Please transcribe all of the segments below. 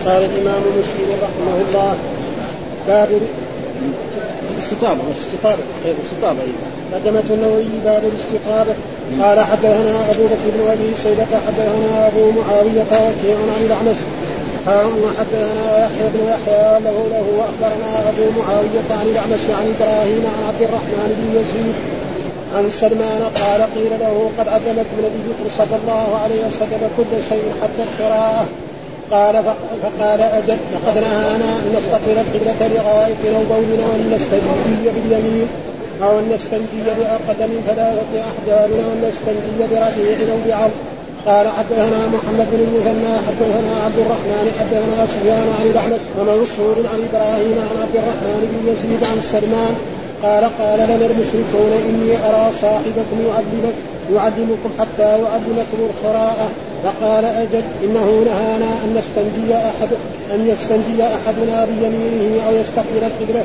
قال الإمام مسلم رحمه الله باب الاستطابة قدمت النووي باب الاستطابة. قال حدثنا أبو بكر بن أبي شيبة حدثنا أبو معاوية وكيع عن الأعمش حدثنا يحيى بن يحيى له وأخبرنا أبو معاوية عن الأعمش عن إبراهيم عن عبد الرحمن بن يزيد عن سلمان قال قيل له قد عدمت النبي صلى الله عليه وسلم كل شيء حتى القراءة. فقال أجل لقد نهانا أن نستقبل القبلة لغائط أو بولنا وأن نستنجي باليمين أو أن نستنجي بأقل من 3 أحجار وأن نستنجي بربيع أو بعض. قال حدثنا محمد بن المثنى حدثنا عبد الرحمن حدثنا سفيان عن الأعمش ومنصور عن إبراهيم عن عبد الرحمن بن يزيد عن سلمان قال لنا المشركون إني أرى صاحبكم يعلمكم حتى يعلمكم القراءة. فقال أجل إنه نهانا أن يستنجي أحدنا بيمينه أو يستقبل القبلة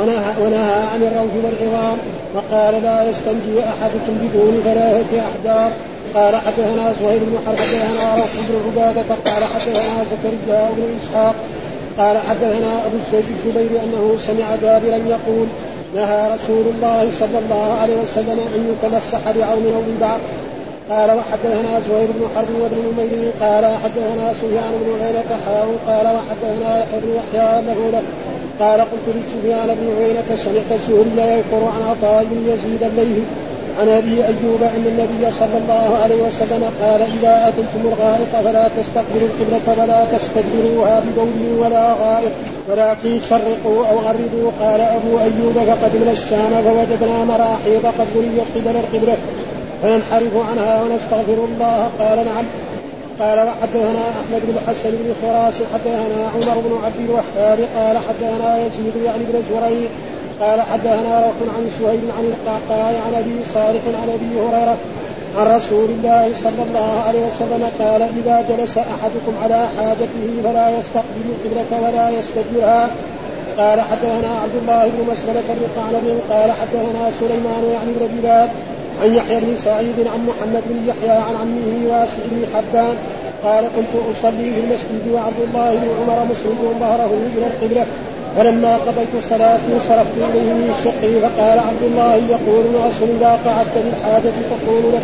ونهى عن الروث والعظام. وقال لا يستنجي أحدكم بدون 3 أحجار. قال حدثنا زهير بن حرب حدثنا روح بن عبادة قال حدثنا زكريا بن إسحاق قال حدثنا أبو السيد الزبير أنه سمع جابرا يقول نهى رسول الله صلى الله عليه وسلم أن يتمسح بعون أو ببعض. قال وحدثنا زهير بن حرب وابن نمير قال حدثنا سفيان بن عيينة قال وحدثنا يحيى بن يحيى له قال قلت لسفيان بن عيينة سمعت الزهري يذكر عن عطاء بن يزيد الليثي عن أبي أيوب أن النبي صلى الله عليه وسلم قال إذا أتيتم الغائط فلا تستقبلوا القبلة ولا تستدبروها ببول ولا غائط ولكن شرقوا أو غربوا. قال أبو أيوب فقدمنا الشام فوجدنا مراحيض قد بنيت قبل القبلة فننحرف عنها ونستغفر الله. قال نعم. قال وحدثنا أحمد بن حسن بن خراش حدثنا عمر بن عبد الوهاب قال حدثنا يزيد يعني بن زريع قال حدثنا روح عن سهيل عن القعقاع عن أبي صالح عن أبي هريرة عن رسول الله صلى الله عليه وسلم قال إذا جلس أحدكم على حاجته فلا يستقبل القبلة ولا يستدبرها. قال حدثنا عبد الله بن مسلمة الرقعنبي قال حدثنا سليمان يعني بن بلاد عن يحيى بن سعيد عن محمد بن يحيى عن عمه واسع بن حبان قال كنت أصلي في المسجد وعبد الله بن عمر مسند ظهره إلى القبلة فلما قضيت الصلاة انصرفت إليه من شقي فقال عبد الله يقول ناس إذا قعدت بالحاجة تقول لك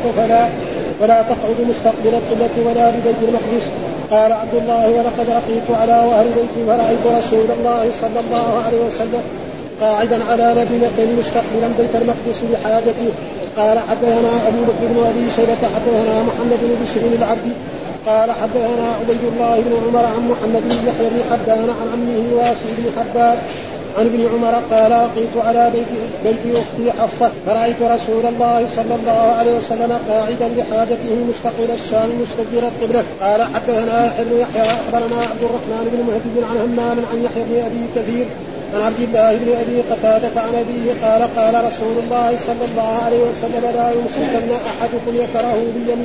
فلا تقعد مستقبل القبلة ولا ببيت المقدس. قال عبد الله ولقد رقيت على ظهر بيتي فرأيت رسول الله صلى الله عليه وسلم قاعدا على لبنة مستقبلا بيت المقدس بحاجته. قال حدثنا أبو بكر بن أبي شيبة حدثنا محمد بن بشر العبدي قال حدثنا عبيد الله بن عمر عن محمد بن يحيى بن حبان عن عمه واسع بن حبان عن ابن عمر قال لقيت على بيت أختي حفصة فرأيت رسول الله صلى الله عليه وسلم قاعدا لحاجته مستقبل الشام مستدبر القبلة. قال حدثنا يحيى بن يحيى أخبرنا عبد الرحمن بن مهدي عن همام عن يحيى بن أبي كثير عن عبد الله بن أبي قتادة عن أبيه قال رسول الله صلى الله عليه وسلم لا يمسكن أحدكم يكره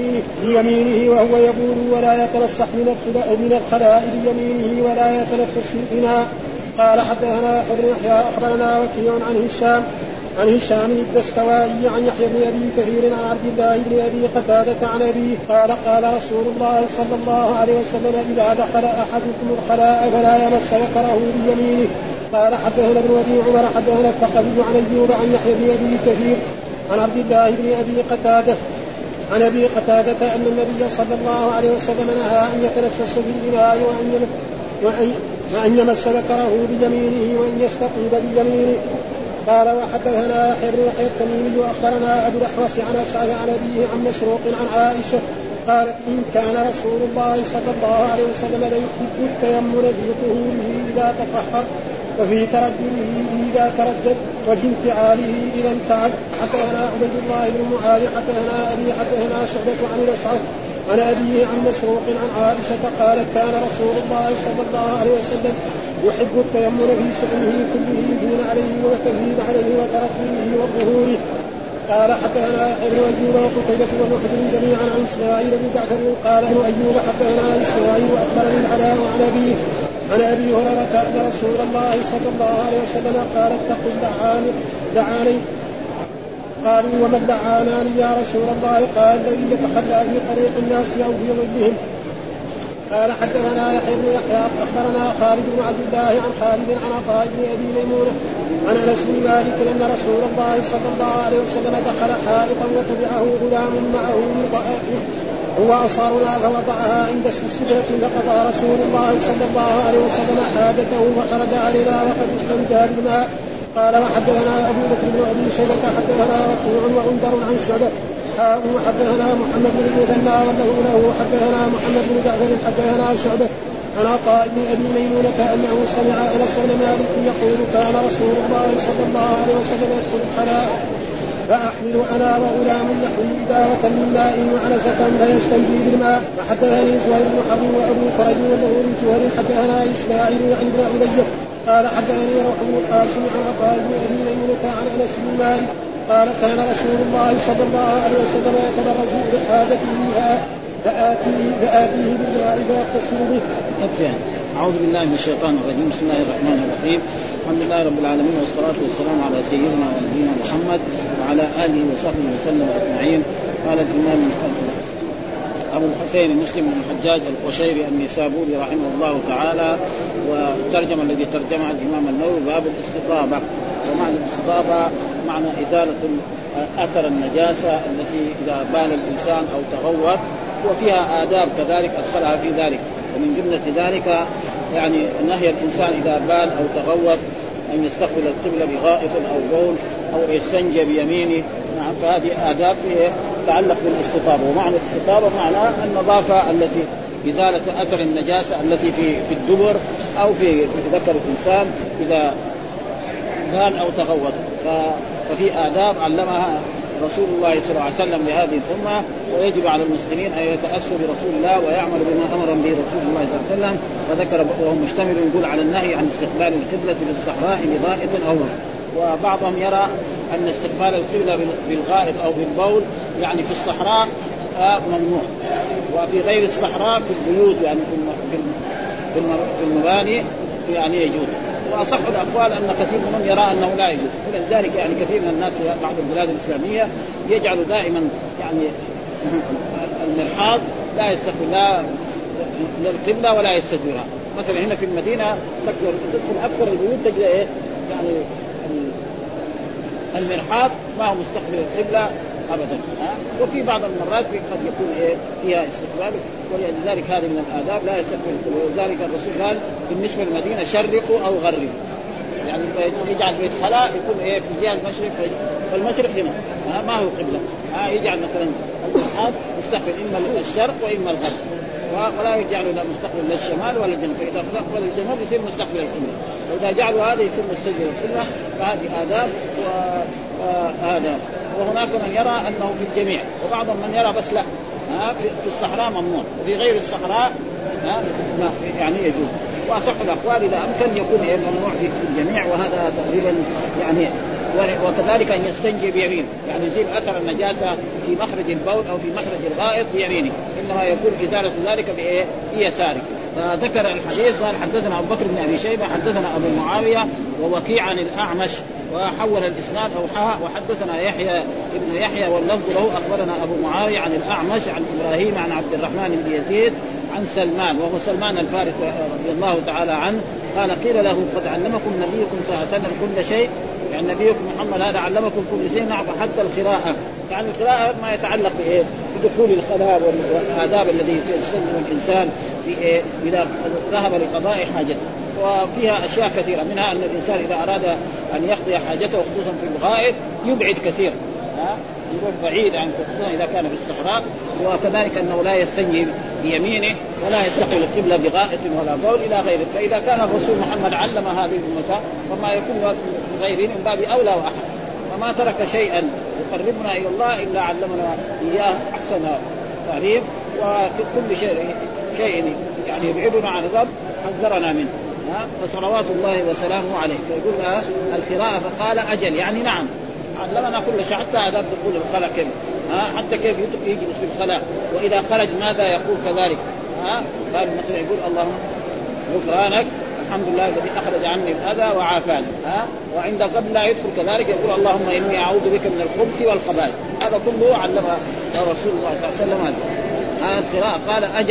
بيمينه وهو يبول ولا يتمسح من الخلاء بيمينه ولا يتنفس فينا. قال حدثنا ابن يحيى أخبرنا وكيع عن هشام الدستوائي عن يحيى بن أبي كثير عن عبد الله بن أبي قتادة عن أبيه قال رسول الله صلى الله عليه وسلم إذا دخل أحدكم الخلاء فلا يمس ذكره بيمينه. قال حدثنا ابن أبي عمر حدثنا الثقفي عن أيوب عن يحيى بن أبي كثير عن عبد الله بن أبي قتادة عن أبي قتادة أن النبي صلى الله عليه وسلم نهى أن يتنفس في الإناء وأن يمس ذكره بيمينه وأن يستقيم بيمينه. قال وحدثنا يحيى بن يحيى التميمي أخبرنا أبو الأحوص عن أسعد عن أبيه عن مسروق عن عائشة قالت إن كان رسول الله صلى الله عليه وسلم ليحب التيمم في طهوره إذا تطهر وفي ترجله إذا تردد وفي انتعاله إذا انتعد. حدثنا عبيد الله بن معاذ حدثنا أبي حدثنا شعبة عن الأشعث عن أبيه عن مسروق عن عائشة قالت كان رسول الله صلى الله عليه وسلم يحب التيمم في شأنه كله دون عليه وتمهيد عليه وترجله وظهوره. قال حدثنا ابن أيوب وقتيبة ومحمد جميعا عن إسماعيل بن جعفر قال ابن أيوب حدثنا إسماعيل وأخبرني العلاء عن أبيه عن أبي هريرة أن رسول الله صلى الله عليه وسلم قال اتقوا اللعانين. قالوا ومن لعانان يا رسول الله؟ قال الذي يتخلى في طريق الناس أو في ظلهم. قال حدثنا يحيى بن يحيى أخبرنا خالد بن عبد الله عن خالد عن عطاء بن أبي ميمونة عن أنس بن مالك أن رسول الله صلى الله عليه وسلم دخل حائطا وتبعه غلام معه مضاء هو أصارنا فوضعها عند السدرة فقضى رسول الله صلى الله عليه وسلم حاجته وخرج علينا وقد استنجى بالماء. قال وحدثنا أبو بكر بن أبي شيبة حدثنا وكيع وغندر عن شعبة وحدثنا محمد بن المثنى وله حدثنا محمد بن جعفر حدثنا شعبة عن عطاء بن أبي ميمونة أنه سمع أنس بن مالك يقول كان رسول الله صلى الله عليه وسلم يدخل الخلاء فأحمل أنا وغلام نحوي إداوة من ماء وعنزة فيستنجي بالماء. فحدثني زهير بن حرب وأبو كريم وله بن زهير حدثنا إسماعيل عن ابن أبي قال حدثني روح بن القاسم عن عطاء بن أبي ميمونة عن أنس بن مالك قال كان رسول الله صلى الله عليه وسلم يتبرج بحاجته فآتيه بالماء فيغتسل به. أعوذ بالله من الشيطان الرجيم. بسم الله الرحمن الرحيم. الحمد لله رب العالمين والصلاة والسلام على سيدنا ونبينا محمد وعلى آله وصحبه وسلم أجمعين. قال الإمام أبو الحسين مسلم بن الحجاج القشيري النسابوري رحمه الله تعالى وترجم الذي ترجمه الإمام النووي باب الاستطابة. ومعنى الاستطابة معنى إزالة أثر النجاسة التي إذا بال الإنسان أو تغوط وفيها آداب كذلك أدخلها في ذلك. ومن جملة ذلك يعني نهي الإنسان إذا بال أو تغوط أن يستقبل القبلة بغائط أو بول أو يستنجى بيمينه. نعم فهذه آداب تتعلق بالاستطابة. ومعنى الاستطابة معنى النظافة التي إزالة أثر النجاسة التي في الدبر أو في ذكر الإنسان إذا بال أو تغوط. ففي آداب علمها رسول الله صلى الله عليه وسلم لهذه الأمة ويجب على المسلمين أن يتأسوا برسول الله ويعملوا بما أمر به رسول الله صلى الله عليه وسلم. فذكر وهو مشتمل يقول على النهي عن استقبال القبلة بالصحراء بغائط أو وبعضهم يرى أن استقبال القبلة بالغائط أو بالبول يعني في الصحراء ممنوع وفي غير الصحراء في البيوت يعني في المباني يعني يجوز. وأصح الأقوال أن كثير منهم يرى أنه لا يجوز. فلذلك يعني كثير من الناس في بعض البلاد الإسلامية يجعل دائما يعني المرحاض لا يستقبل لا للقبلة ولا يستدبرها. مثلا هنا في المدينة تكثر أكثر البيوت تجد يعني المرحاض ما هو مستقبل القبلة أبدا. وفي بعض المرات قد يكون فيها استقبال ولذلك هذه من الآداب لا يستقبل القبلة. ولذلك الرسول قال بالنسبة للمدينة شرقوا أو غربوا يعني يجعل بيت خلاء يكون في جهة المشرق فالمشرق هنا ما هو قبلة. يجعل مثلا المرحاض مستقبل إما الشرق وإما الغرب ولا يجعلوا لا مستقبل للشمال ولا الجنوب. فإذا استقبل الجنوب يصير مستقبل القبلة وإذا جعلوا هذا يصير مستقبل القبلة. فهذه آداب وهذا. وهناك من يرى أنه في الجميع وبعضهم من يرى بس لا في الصحراء ممنوع وفي غير الصحراء يعني يجوز. وأصح الأقوال إذا أمكن يكون ممنوع في الجميع وهذا تقريبا يعني. وكذلك أن يستنجي بيمين يعني يزيل أثر النجاسة في مخرج البول أو في مخرج الغائط بيمينه إنما يكون إزالة ذلك بيساره. فذكر الحديث قال حدثنا أبو بكر بن أبي شيبة حدثنا أبو معاوية ووكيع عن الأعمش وحول الإسناد أوحاء وحدثنا يحيى ابن يحيى واللفظ له أخبرنا أبو معاوية عن الأعمش عن إبراهيم عن عبد الرحمن بن يزيد عن سلمان وهو سلمان الفارس رضي الله تعالى عنه قال قيل له قد علمكم نبيكم صلى الله عليه وسلم كل شيء يعني نبيكم محمد هذا علمكم كل شيء. نعم حتى القراءة يعني القراءة ما يتعلق بدخول الخلاء والآداب الذي يستلزم الإنسان في إذا ذهب لقضاء حاجته. وفيها أشياء كثيرة منها أن الإنسان إذا أراد أن يقضي حاجته خصوصا في الغائط يبعد كثير يروح بعيد عن خصوصا إذا كان في الصحراء. وكذلك أنه لا يستنجي بيمينه ولا يستقبل القبلة بغائط ولا بول إلى غيره. فإذا كان الرسول محمد علم هذه الأمة فما يكون غيره من باب أولى وأحد. فما ترك شيئا يقربنا إلى الله إلا علمنا إياه أحسن تعليم. وكل شيء يعني يبعدنا عن الرب حذرنا منه. فصلوات الله وسلامه عليه. فيقول القراءة فقال أجل يعني نعم علمنا كل شيء حتى آداب دخول الخلاء كيف حتى كيف يجلس في الخلاء وإذا خرج ماذا يقول كذلك. قال مثلا يقول اللهم غفرانك الحمد لله الذي أخرج عني الأذى وعافاني. وعند قبل لا يدخل كذلك يقول اللهم إني أعوذ بك من الخبث والخبائث. هذا كله علم رسول الله صلى الله عليه وسلم. هذا القراءة قال أجل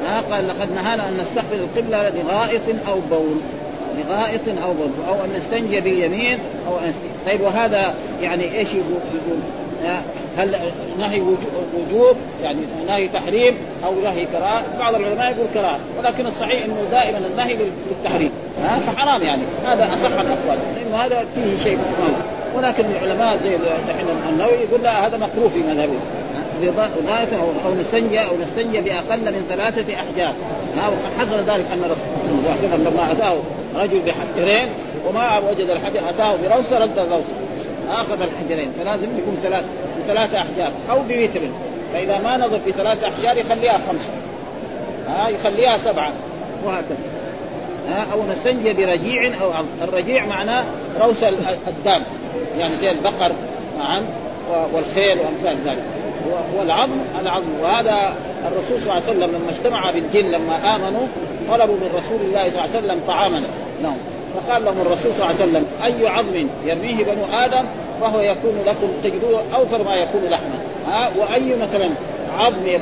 قال لقد نهانا أن نستقبل القبلة لغائط أو بول، لغائط أو بول، أو أن نستنجي باليمين أو طيب وهذا يعني إيش يقول؟ هل نهي وجوب يعني نهي تحريم أو نهي كراهة؟ بعض العلماء يقول كراهة، ولكن الصحيح إنه دائما النهي للتحريم، فحرام يعني، هذا أصح الأقوال، لأنه هذا فيه شيء مهم. ولكن العلماء زي النووي يقول لا هذا مكروه في مذهبه، أو نستنجي بأقل من 3 أحجار. وقد حصل ذلك أن رسول الله صلى الله عليه وسلم لما أتاه رجل بحجرين وما وجد الحجر أتاه بروسة رد الروسة، أخذ الحجرين، فلازم يكون 3 أحجار أو بمتر، فإذا ما نظر في 3 أحجار يخليها 5، يخليها 7 وهكذا. أو نستنجي برجيع أو عظم. الرجيع معناه روس الدم يعني زي البقر نعم والخيل وأمثال ذلك، والعظم العظم. وهذا الرسول صلى الله عليه وسلم لما اجتمع بالجن لما آمنوا طلبوا من رسول الله صلى الله عليه وسلم طعاما لهم، فقال لهم الرسول صلى الله عليه وسلم أي عظم يرميه بنو آدم فهو يكون لكم تجدوه أوفر ما يكون لحما، وأي مثلا عظم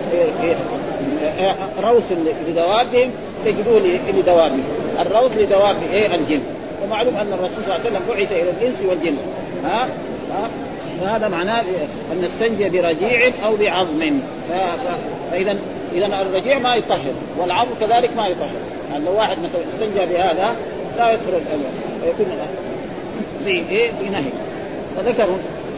روث لدوابهم تجدوه لدوابهم، الروث لدواب الجن. ومعلوم أن الرسول صلى الله عليه وسلم بعث إلى الإنس والجن، فهذا معناه أن نستنجي برجيع أو بعظم. فإذا الرجيع ما يطهر والعظم كذلك ما يطهر، يعني لو واحد مثلا استنجى بهذا لا يطهر الأول ويكون في نهي فذكروا.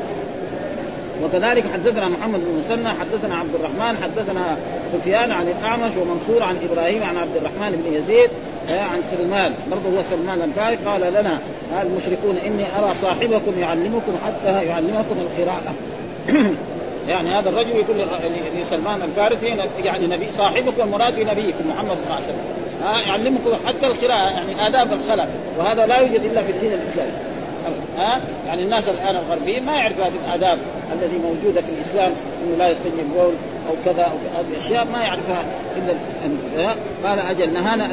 وكذلك حدثنا محمد بن مسنى حدثنا عبد الرحمن حدثنا سفيان عن الأعمش ومنصور عن إبراهيم عن عبد الرحمن بن يزيد عن سلمان برضه هو سلمان الفارق قال لنا المشركون إني أرى صاحبكم يعلمكم حتى يعلمكم القراءة. يعني هذا الرجل يقول لسلمان الفارسي يعني نبي صاحبكم المراد بنبيكم محمد صلى الله عليه وسلم، يعلمكم حتى القراءة يعني آداب الخلق، وهذا لا يوجد إلا في الدين الإسلامي. يعني الناس الآن الغربيين ما يعرفوا هذه الآداب التي موجودة في الإسلام، إنه لا يستنجي البول أو كذا أو هذه أشياء ما يعرفها إلا قال أجل نهانا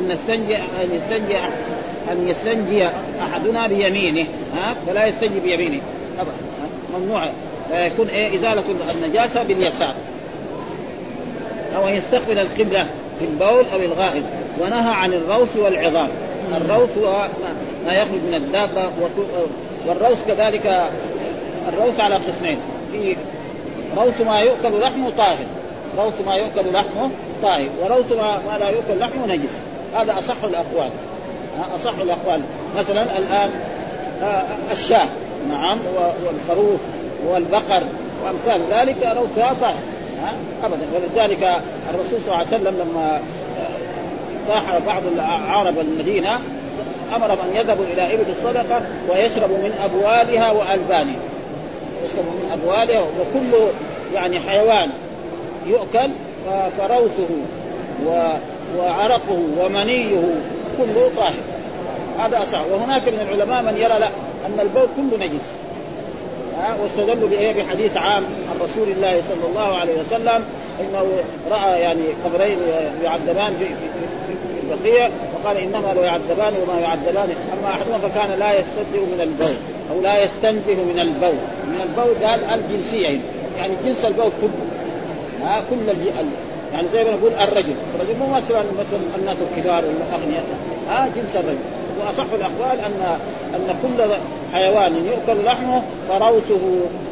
أن يستنجي أحدنا بيمينه، فلا يستنجي بيمينه طبعا ممنوع، لا يكون إزالة النجاسة باليسار، أو يستقبل القبلة في البول أو الغائط. ونهى عن الروث والعظام. الروث ما يخرج من الدابة، والروث كذلك الروث على قسمين، في روث ما يؤكل لحمه طاهر، روث ما يؤكل لحمه طاهر، وروث ما لا يؤكل لحمه نجس. هذا أصح الأقوال، أصح الأقوال. مثلا الآن الشاة نعم والخروف والبقر وأمثال ذلك روثها طاهر أبدا. ولذلك الرسول صلى الله عليه وسلم لما طاح بعض العرب المدينة أمر من يذهب إلى إبل الصدقة ويشرب من أبوالها وألبانها، يشرب من أبوالها، وكل يعني حيوان يؤكل فروثه وعرقه ومنيه كله طاهر. هذا أصح. وهناك من العلماء من يرى لا أن البول كله نجس، واستدلوا بحديث عام عن رسول الله صلى الله عليه وسلم إنه رأى يعني قبرين يعذبان في البقيع، وقال إنما لو يعذبان وما يعذبان، أما أحدهما فكان لا يستنزه من البول أو لا يستنزه من البول. من البول قال الجنسية، يعني جنس البول كله، كل يعني زي ما نقول الرجل مو مثلا الناس الكبار والأغنياء، جنس الرجل. وأصح الأقوال أن كل حيوان يؤكل لحمه فروثه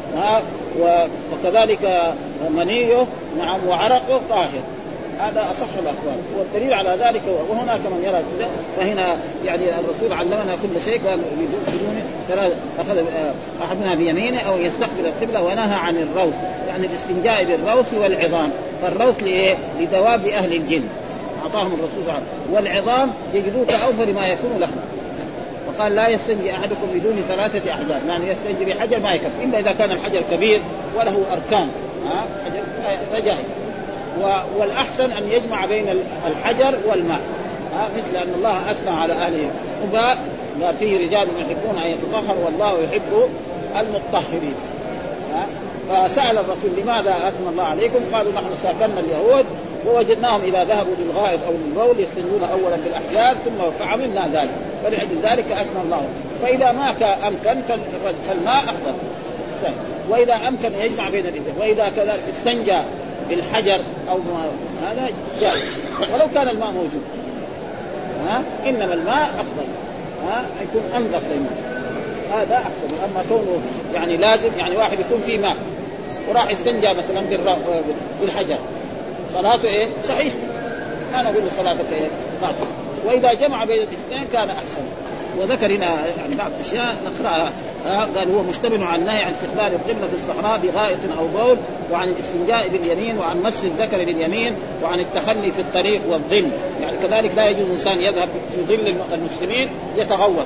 وكذلك منيه نعم وعرقه طاهر. هذا أصح الأقوال، والدليل على ذلك. وهناك من يرى كذا، فهنا يعني الرسول علمنا كل شيء، قال بدون أخذ أحدنا بيمينه أو يستقبل القبلة. ونهى عن الروث، يعني الاستنجاء بالروث والعظام. فالروث لدواب أهل الجن أعطاهم الرسول صلى الله عليه وسلم، والعظام يجدوه كأوفر ما يكون لحمه. وقال لا يستنجي أحدكم بدون 3 أحجار، يعني يستنجي بحجر ما يكفي إلا إذا كان الحجر كبير وله أركان، حجر رجائي. والأحسن أن يجمع بين الحجر والماء، مثل أن الله أثنى على أهله قباء لا فيه رجال يحبون أن يتطهروا والله يحب المطهرين. فسأل الرسول لماذا أثنى الله عليكم؟ قالوا نحن ساكننا اليهود ووجدناهم إذا ذهبوا للغائط أو للبول يستنجون أولا بالأحجار ثم فعملنا ذلك، ولأجل ذلك أثنى الله. فإذا ما أمكن فالماء أفضل، وإذا أمكن يجمع بين الاثنين. وإذا كذلك استنجى بالحجر أو هذا جائز ولو كان الماء موجود. إنما الماء أفضل يكون أنظف للماء، هذا أحسن. أما كونه يعني لازم يعني واحد يكون فيه ماء وراح يستنجى مثلا بالحجر صلاته صحيح، ما نقول صلاتك باطلة. وإذا جمع بين الاثنين كان أحسن. وذكر هنا يعني بعض الأشياء نقرأها. قال هو مشتمل عن النهي عن استقبال القبلة في الصحراء بغائط أو بول، وعن الاستنجاء باليمين، وعن مس الذكر باليمين، وعن التخلي في الطريق والظل. يعني كذلك لا يجوز إنسان يذهب في ظل المسلمين يتغوط،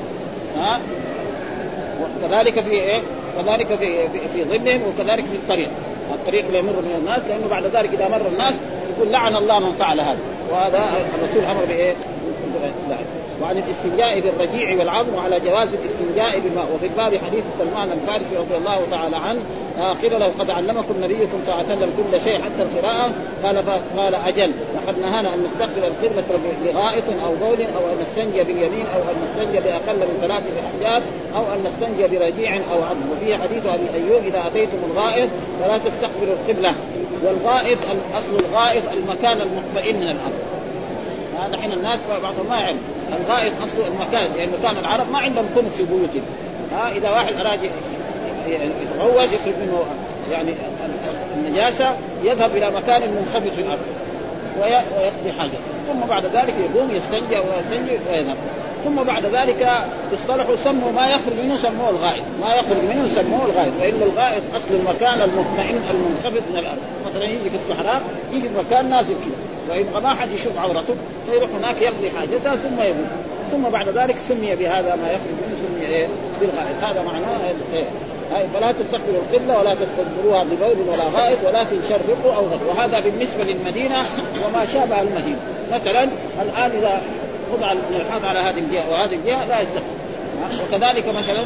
وكذلك في كذلك في ظلهم، وكذلك في الطريق لا يمر من الناس، لأنه بعد ذلك إذا مر الناس يقول لعن الله من فعل هذا، وهذا الرسول أمر بإيه؟ وعن الاستنجاء بالرجيع والعظم، وعلى جواز الاستنجاء بالماء. وفي الباب حديث سلمان الفارسي رضي الله تعالى عنه قيل له قد علمكم نبيكم صلى الله عليه وسلم كل شيء حتى القراءة؟ قال أجل، لقد نهانا أن نستقبل القبلة بغائط أو بول، أو أن نستنجي باليمين، أو أن نستنجي بأقل من 3 أحجار، أو أن نستنجي برجيع أو عظم. وفيه حديث أبي أيوب إذا أتيتم الغائط فلا تستقبلوا القبلة. والغائط أصل الغائط المكان المطمئن من الأرض. هذا حين الناس بعضهم ما يعلم الغائط أصل المكان، يعني مكان العرب ما عندهم كنف في بيوتهم. إذا واحد أراد يتغوط يخرج منه يعني النجاسة يذهب إلى مكان منخفض في الأرض ويقضي حاجة، ثم بعد ذلك يقوم يستنجي ويذهب. ثم بعد ذلك اصطلحوا سموا ما يخرج منه سموه الغائط، ما يخرج منه سموه الغائط، وإن الغائط أصل المكان المطمئن المنخفض من الأرض. مثلا يجي في الصحراء يجي في مكان نازل كده، ويبقى ما حد يشوف عورته فيروح هناك يقضي حاجته ثم يقوم، ثم بعد ذلك سمي بهذا ما يخرج منه سمي بالغائط. هذا معناه فلا تستقبلوا القبلة ولا تستدبروها ببول ولا غائط ولكن شرقوا أو غربوا. وهذا بالنسبة للمدينة وما شابه المدينة. مثلا الآن إذا وضع الحاض على هذه الجهة وهذه الجهة لا يستقبل. وكذلك مثلا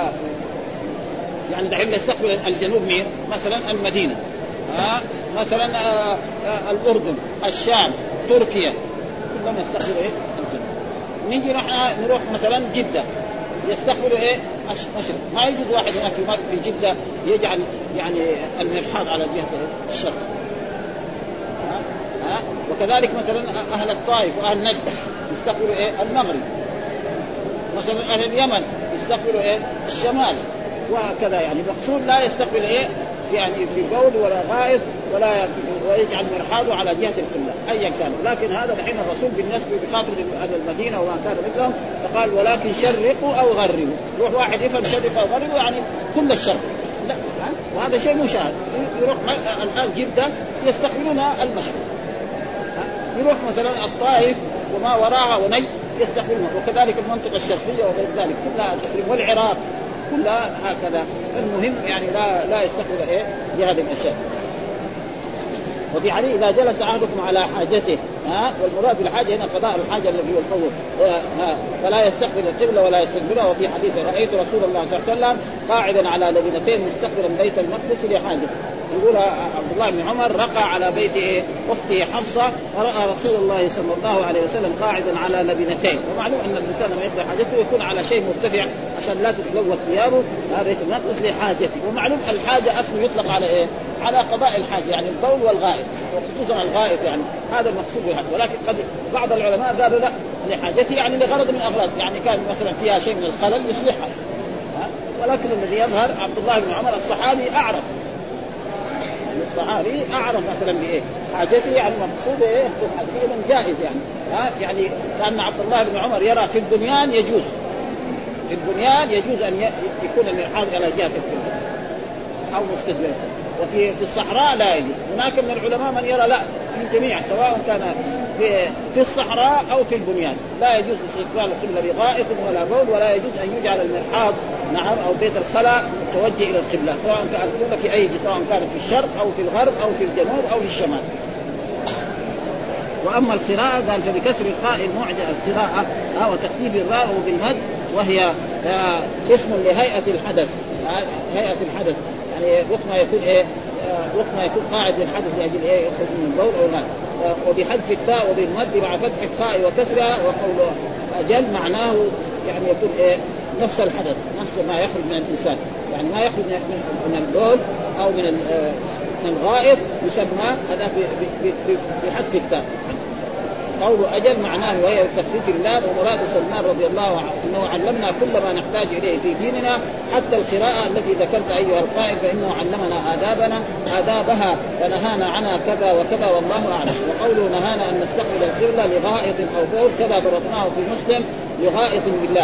يعني دحين يستقبل الجنوب مين؟ مثلا المدينة، مثلا الأردن، الشام، تركيا، كلهم يستقبلوا الجنوب. نيجي نروح مثلا جدة يستقبلوا مشرق. ما يجوز واحد هناك في جدة يجعل يعني المرحاض على جهة الشرق. وكذلك مثلا أهل الطائف وأهل نجد يستقبلوا المغرب. مثلا أهل اليمن يستقبلوا الشمال، وهكذا. يعني مقصود لا يستقبل يعني في بول ولا غائط ويجعل مرحاضه على جهة القبلة أيا كان. لكن هذا دحين الرسول بالنسبة بخاطر أهل المدينة وما كان مثلهم فقال ولكن شرقوا أو غربوا. يروح واحد يفهم شرق أو غربوا يعني كل الشرق، لا. وهذا شيء مشاهد. يروح الآن جدة يستقبلون المشرق، يروح مثلا الطائف وما وراها ونجد يستقبلون، وكذلك المنطقة الشرقية وغير ذلك كلها تقريبا، والعراق كلها هكذا. المهم يعني لا يستقبل بهذه الأشياء. وفي علي إذا جلس أحدكم على حاجته، والمراد بالحاجة هنا قضاء الحاجة الذي هو الفور، فلا يستقبل القبلة ولا يستقبلها. وفي حديث رأيت رسول الله صلى الله عليه وسلم قاعدا على لبنتين مستقبلا بيت المقدس لحاجته. يقول عبد الله بن عمر رقى على بيت أخته حفصة ورأى رسول الله صلى الله عليه وسلم قاعدا على لبنتين. ومعلوم أن الإنسان لما يقضي حاجته يكون على شيء مرتفع عشان لا تتلوث ثيابه، بيت المقدس لحاجته. ومعلوم الحاجة أصله يطلق على على قضاء الحاجة، يعني البول والغائط، وخصوصا الغائط يعني هذا المقصود بها. ولكن قد بعض العلماء قالوا لا لحاجته يعني لغرض من الأغراض، يعني كان مثلا فيها شيء من الخلل يصلحها. ولكن الذي يظهر عبد الله بن عمر الصحابي أعرف، الصحابي أعرف مثلا حاجته يعني مقصود إذا جائز يعني كان عبد الله بن عمر يرى في البنيان يجوز، في البنيان يجوز أن يكون المرحاض على جهة القبلة أو مستدبر، وفي الصحراء لا يجوز. هناك من العلماء من يرى لا في الجميع سواء كان في الصحراء أو في البنيان لا يجوز استقبال القبلة بغائط ولا بول، ولا يجوز أن يجعل المرحاض أو بيت الخلاء متوجه إلى القبلة سواء كان القبلة في أي سواء كانت في الشرق أو في الغرب أو في الجنوب أو في الشمال. وأما القراءة قال فبكسر الخاء المعجمة القراءة وتخفيف الراء بالمد، وهي اسم لهيئة الحدث. هيئة الحدث يعني وقت ما يكون قاعد للحدث لأجل يخرج من البول أو الماء. وبحذف التاء وبالمد مع فتح الخاء وكسرها. وقول أجل معناه يعني يكون نفس الحدث، نفس ما يخرج من الإنسان، يعني ما يخرج من البول أو من الغائط يسمى هذا بحذف التاء. قول أجل معناه وهي تخفيف اللام، ومراد سلمان رضي الله عنه أنه علمنا كل ما نحتاج إليه في ديننا حتى القراءة التي ذكرت أيها القائل، فإنه علمنا آدابها ونهانا عنها كذا وكذا والله أعلم. وقوله نهانا أن نستقبل القبلة لغائط أو بول كذا ضربناه في مسلم لغائط بالله،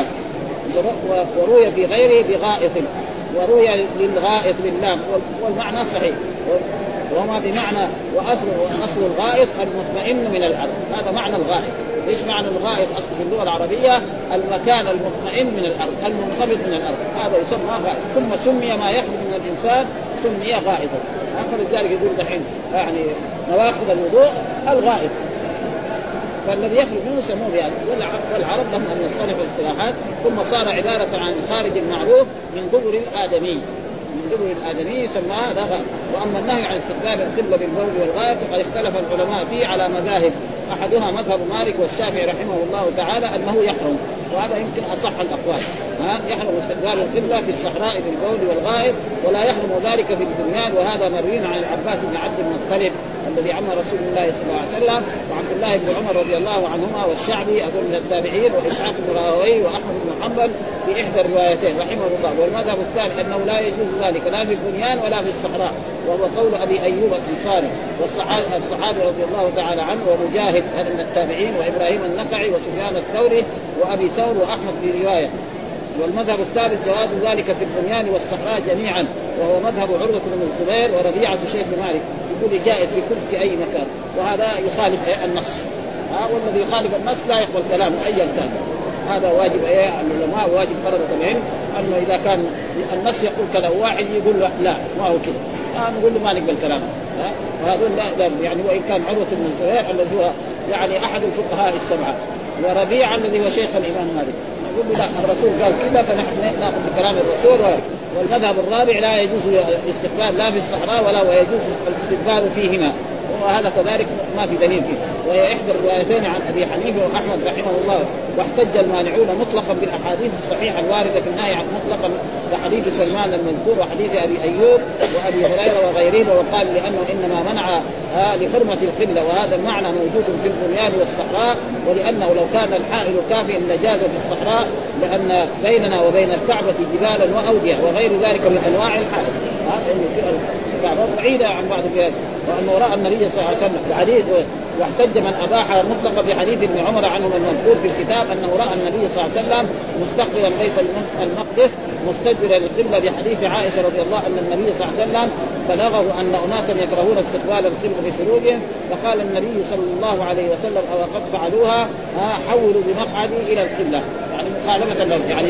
وروي في غيره بغائط، وروي للغائط باللام، والمعنى صحيح، وهما بمعنى وأصل الغائط المطمئن من الأرض. هذا معنى الغائط. إيش معنى الغائط أصل في اللغة العربية؟ المكان المطمئن من الأرض، المنخفض من الأرض، هذا يسمى غائط. ثم سمي ما يخرج من الإنسان سمي غائطا. فلذلك يقول دحين يعني نواقض الوضوء الغائط، فالذي يخرج منه سموه يعني. والعرب لهم أن يصطلحوا الاصطلاحات. ثم صار عبارة عن خارج المعروف من دبر الآدمي، من دبر الآدمي يسمى هذا غائط. وأما النهي عن استقبال القبلة بالبول والغائط فقد اختلف العلماء فيه على مذاهب، أحدها مذهب مالك والشافعي رحمه الله تعالى أنه يحرم، وهذا يمكن أصح الأقوال. يحرم استقبال القبلة في الصحراء بالبول والغائط، ولا يحرم ذلك في البنيان، وهذا مروي عن العباس بن عبد المطلب الذي عم رسول الله صلى الله عليه وسلم، وعبد الله بن عمر رضي الله عنهما، والشعبي أظن من التابعين، وإسحاق بن راهويه، وأحمد بن حنبل في إحدى الروايتين رحمه الله. والمذهب الثاني أنه لا يجوز ذلك لا في البنيان ولا في الصحراء، وهو قول أبي أيوب الأنصاري والصحابي رضي الله تعالى عنه، ومجاهد هذا من التابعين، وإبراهيم النخعي، وسفيان الثوري، وأبي ثور، وأحمد في رواية. والمذهب الثالث جواز ذلك في البنيان والصحراء جميعا، وهو مذهب عروة بن الزبير وربيعة شيخ مالك، يقول جائز في أي مكان، وهذا يخالف النص. والذي يخالف النص لا يقبل كلامه أيا كان. هذا واجب العلماء، واجب طلبة العلم، أنه إذا كان النص يقول كذا واحد يقول لا ما هو كذا، نقول له ما نقبل كلامه. وهذول لا يعني. وإن كان عروة بن الزبير الذي هو يعني أحد الفقهاء السبعة، وربيعة الذي هو شيخ الإمام مالك، نقول له لا الرسول قال كذا فنحن نأخذ بكلام الرسول. والمذهب الرابع لا يجوز الاستقبال لا في الصحراء ولا ويجوز الاستقبال فيهما، وهذا كذلك ما في دليل فيه. وهي إحدى الروايتين عن أبي حنيفة وأحمد رحمه الله. واحتج المانعون مطلقا بالأحاديث الصحيحة الواردة في النهي عن مطلقا كحديث سلمان المذكور وحديث أبي أيوب وأبي هريرة وغيرهم، وقال لأنه إنما منع لحرمة القبلة، وهذا المعنى موجود في البنيان والصحراء، ولأنه لو كان الحائل كافيا لجاز في الصحراء، لأن بيننا وبين الكعبة جبالا وأودية وغير ذلك من أنواع الحائل. الكعبة بعيدة عن بعض البلاد. وأنه رأى النبي صلى الله عليه وسلم بحديث، واحتج من أباح مطلقا بحديث ابن عمر عنه المذكور في الكتاب أنه رأى النبي صلى الله عليه وسلم مستقبلا بيت المقدس مستدبرا للقبلة، بحديث عائشة رضي الله أن النبي صلى الله عليه وسلم بلغه أن أناسا يكرهون استقبال القبلة بخروجهم، فقال النبي صلى الله عليه وسلم أو قد فعلوها حولوا بمقعدي إلى القبلة، يعني مخالفة له، يعني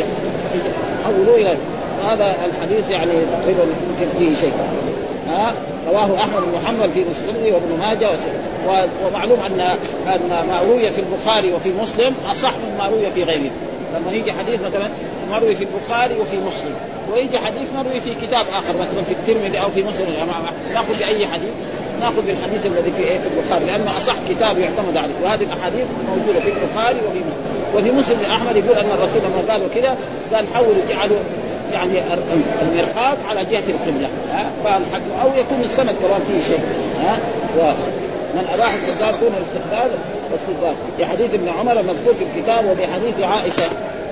حولوا إلى هذا الحديث يعني تقريبا يمكن فيه شيء. رواه أحمد بن محمد في مسلم وابن ماجه. ومعلوم أن ما روي في البخاري وفي مسلم أصح من ما روي في غيره. لما يجي حديث مثلا ما روي في البخاري وفي مسلم، ويجي حديث ما روي في كتاب آخر مثلا في الترمذي أو في مسلم، نأخذ بأي حديث؟ نأخذ بالحديث الذي في البخاري، لأنه أصح كتاب يعتمد عليه. وهذه الأحاديث موجودة في البخاري وفي مسلم. وفي مسلم أحمد يقول أن الرسول لما قالوا كذا قال حولوا جعلوا يعني المرحاض على جهة القبلة، أو يكون السند كمان فيه شيء. من أباح استقبال كون الاستقبال واستقبال في حديث ابن عمر المذكور في الكتاب، وبحديث عائشة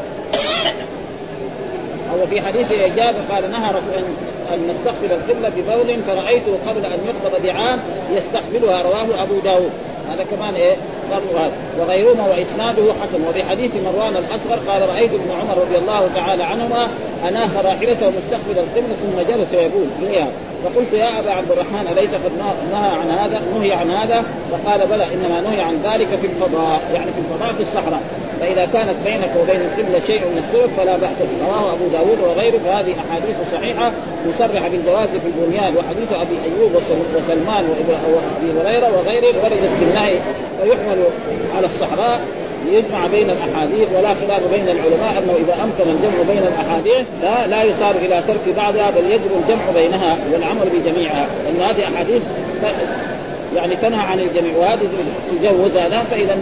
أو في حديث جابر قال نهى أن نستقبل القبلة ببول فرأيته قبل أن يقبض بعام يستقبلها، رواه أبو داود. هذا كمان هذا وغيرهما وإسناده حسن. وبحديث مروان الأصغر قال رأيت ابن عمر رضي الله تعالى عنهما أناخ راحلته مستقبل القبلة ثم جلس يقول فيها، فقلت يا أبا عبد الرحمن أليس قد نهي عن هذا؟ فقال بلى، إنما نهي عن ذلك في الفضاء، يعني في الفضاء في الصحراء، فإذا كانت بينك وبين القبلة شيء يسترك فلا بأس به. رواه أبو داود وغيره. فهذه أحاديث صحيحة مصرحة بالجواز في البنيان. وحديث أبي أيوب وسلمان وأبي هريرة وغيره وردت بالنهي، فيحمل على الصحراء يجمع بين الأحاديث، ولا خلاف بين العلماء أنه إذا أمكن الجمع بين الأحاديث لا يصار إلى ترك بعضها، بل يجب الجمع بينها والعمل بجميعها، لأن هذه أحاديث يعني تنهى عن الجميع، وهذه تجوز هذا. فإذا